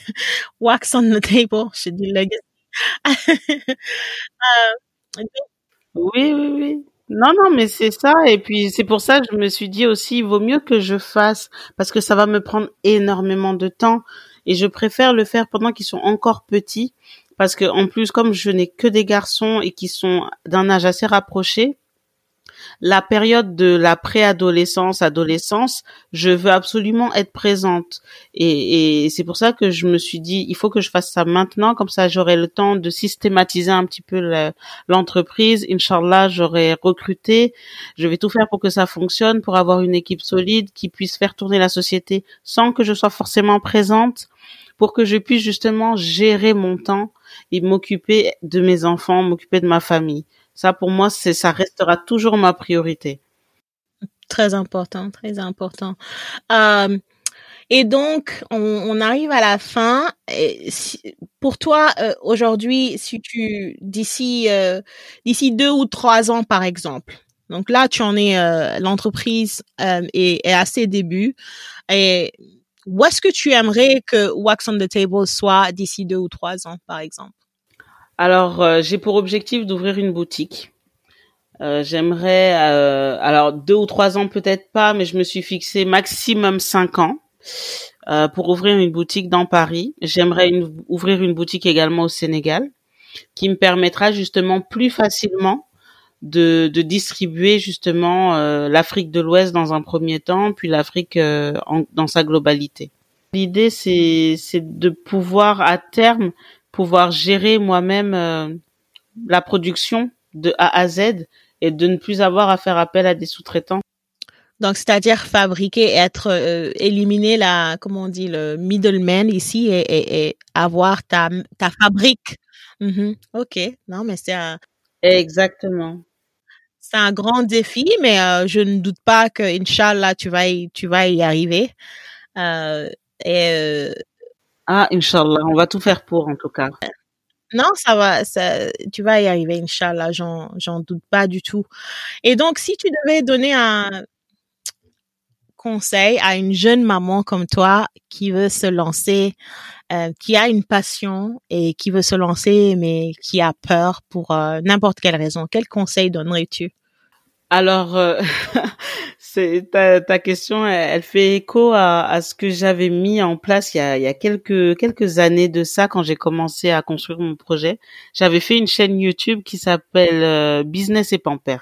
C: wax on the table, je dis legacy. euh,
B: Oui, oui, oui. Non, non, mais c'est ça. Et puis, c'est pour ça que je me suis dit aussi, il vaut mieux que je fasse parce que ça va me prendre énormément de temps. Et je préfère le faire pendant qu'ils sont encore petits. Parce que, en plus, comme je n'ai que des garçons et qui sont d'un âge assez rapproché, la période de la préadolescence, adolescence, je veux absolument être présente. Et, et c'est pour ça que je me suis dit, il faut que je fasse ça maintenant, comme ça j'aurai le temps de systématiser un petit peu le, l'entreprise. Inch'Allah, j'aurai recruté. Je vais tout faire pour que ça fonctionne, pour avoir une équipe solide qui puisse faire tourner la société sans que je sois forcément présente, pour que je puisse justement gérer mon temps et m'occuper de mes enfants, m'occuper de ma famille. Ça, pour moi, c'est, ça restera toujours ma priorité.
C: Très important, très important. Euh, et donc, on, on arrive à la fin. Et si, pour toi, euh, aujourd'hui, si tu d'ici euh, d'ici deux ou trois ans, par exemple. Donc là, tu en es, euh, l'entreprise euh, est, est à ses débuts. Et où est-ce que tu aimerais que Wax on the Table soit d'ici deux ou trois ans, par exemple?
B: Alors, euh, j'ai pour objectif d'ouvrir une boutique. Euh, j'aimerais, euh, alors deux ou trois ans peut-être pas, mais je me suis fixé maximum cinq ans euh, pour ouvrir une boutique dans Paris. J'aimerais une, ouvrir une boutique également au Sénégal. qui me permettra justement plus facilement de, de distribuer justement euh, l'Afrique de l'Ouest dans un premier temps, puis l'Afrique euh, en, dans sa globalité. L'idée, c'est, c'est de pouvoir à terme pouvoir gérer moi-même euh, la production de A à Z et de ne plus avoir à faire appel à des sous-traitants.
C: Donc, c'est-à-dire fabriquer, être, euh, éliminer la, comment on dit, le middleman ici et, et, et avoir ta, ta fabrique. Mm-hmm. OK. Non, mais c'est un,
B: Exactement.
C: c'est un grand défi, mais euh, je ne doute pas que, Inch'Allah, tu vas y, tu vas y arriver. Euh, et, euh,
B: ah, Inch'Allah, on va tout faire pour, en tout cas.
C: Non, ça va, ça, tu vas y arriver, Inch'Allah, j'en, j'en doute pas du tout. Et donc, si tu devais donner un conseil à une jeune maman comme toi qui veut se lancer, euh, qui a une passion et qui veut se lancer, mais qui a peur pour euh, n'importe quelle raison, quel conseil donnerais-tu?
B: Alors, euh, c'est ta, ta question, elle, elle fait écho à, à ce que j'avais mis en place il y a, il y a quelques quelques années de ça quand j'ai commencé à construire mon projet. J'avais fait une chaîne YouTube qui s'appelle euh, Business et Pampers,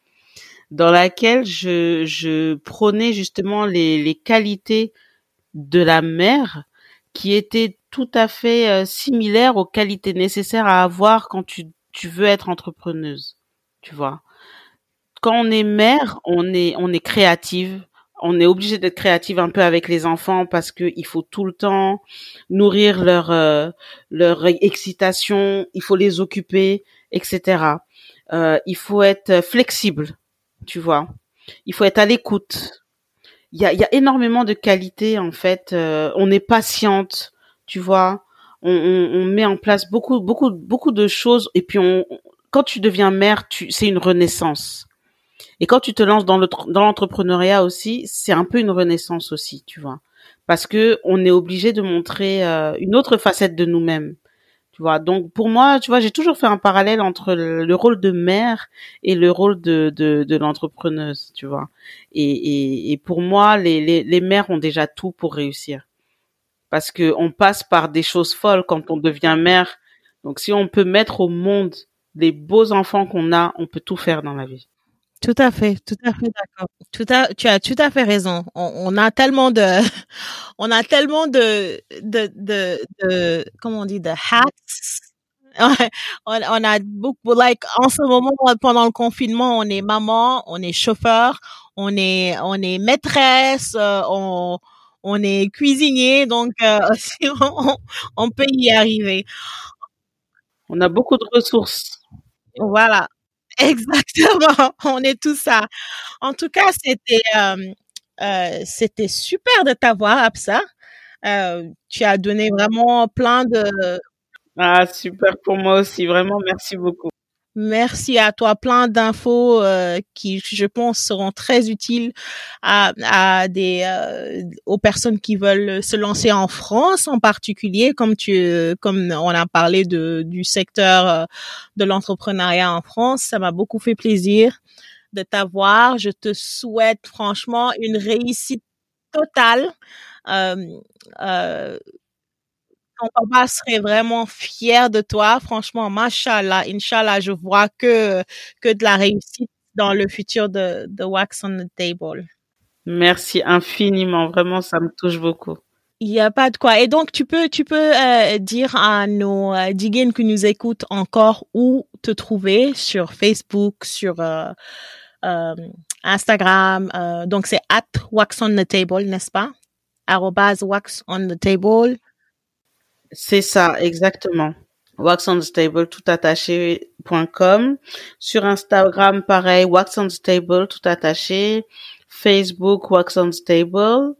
B: dans laquelle je je prônais justement les les qualités de la mère qui étaient tout à fait euh, similaires aux qualités nécessaires à avoir quand tu tu veux être entrepreneuse, tu vois. Quand on est mère, on est on est créative. On est obligé d'être créative un peu avec les enfants parce que il faut tout le temps nourrir leur euh, leur excitation. Il faut les occuper, et cetera. Euh, il faut être flexible, tu vois. Il faut être à l'écoute. Il y a il y a énormément de qualités en fait. Euh, on est patiente, tu vois. On, on, on met en place beaucoup beaucoup beaucoup de choses et puis on quand tu deviens mère, tu c'est une renaissance. Et quand tu te lances dans le dans l'entrepreneuriat aussi, c'est un peu une renaissance aussi, tu vois, parce que on est obligé de montrer euh, une autre facette de nous-mêmes, tu vois. Donc pour moi, tu vois, j'ai toujours fait un parallèle entre le, le rôle de mère et le rôle de de, de l'entrepreneuse, tu vois. Et, et et pour moi, les les les mères ont déjà tout pour réussir, parce que on passe par des choses folles quand on devient mère. Donc si on peut mettre au monde les beaux enfants qu'on a, on peut tout faire dans la vie.
C: Tout à fait, tout à fait d'accord. Tout à, tu as tout à fait raison. On, on a tellement de, on a tellement de, de, de, de, comment on dit, de hats. Ouais, on, on a beaucoup, like, en ce moment, pendant le confinement, on est maman, on est chauffeur, on est, on est maîtresse, euh, on, on est cuisinier, donc, euh, si on, on peut y arriver.
B: On a beaucoup de ressources.
C: Voilà. Exactement. On est tout ça. En tout cas, c'était euh, euh, c'était super de t'avoir, Absa. Euh, tu as donné vraiment plein de.
B: Ah, super pour moi aussi. Vraiment, merci beaucoup.
C: Merci à toi, plein d'infos euh, qui, je pense, seront très utiles à, à des euh, aux personnes qui veulent se lancer en France, en particulier, comme tu, comme on a parlé de du secteur euh, de l'entrepreneuriat en France. Ça m'a beaucoup fait plaisir de t'avoir. Je te souhaite franchement une réussite totale. Euh, euh, ton papa serait vraiment fier de toi. Franchement, mashallah, Inch'Allah, je vois que, que de la réussite dans le futur de, de Wax on the Table.
B: Merci infiniment. Vraiment, ça me touche beaucoup.
C: Il n'y a pas de quoi. Et donc, tu peux, tu peux euh, dire à nos euh, Digènes qui nous écoutent encore où te trouver sur Facebook, sur euh, euh, Instagram. Euh, donc, c'est at Wax on the Table, n'est-ce pas? Arrobase Wax on the Table.
B: C'est ça, exactement. wax on the table tout attaché point com. Sur Instagram, pareil, wax on the table tout attaché. Facebook, wax on the table.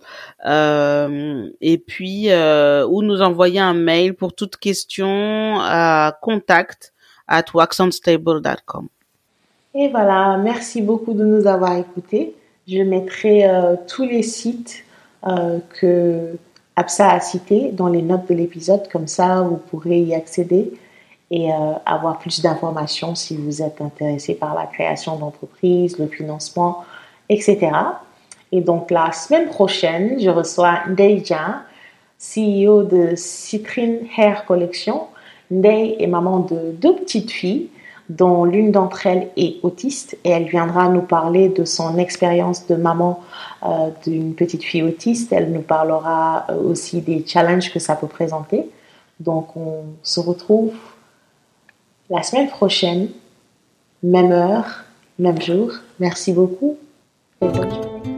B: Euh, et puis, euh, ou nous envoyer un mail pour toute question à contact at wax on the table dot com.
A: Et voilà, merci beaucoup de nous avoir écoutés. Je mettrai euh, tous les sites euh, que Absa a cités dans les notes de l'épisode, comme ça vous pourrez y accéder et euh, avoir plus d'informations si vous êtes intéressé par la création d'entreprise, le financement, et cetera. Et donc la semaine prochaine, je reçois Ndeja, C E O de Citrine Hair Collection, Ndeye est maman de deux petites filles, dont l'une d'entre elles est autiste, et elle viendra nous parler de son expérience de maman euh, d'une petite fille autiste. Elle nous parlera aussi des challenges que ça peut présenter. Donc, on se retrouve la semaine prochaine, même heure, même jour. Merci beaucoup et bonne journée.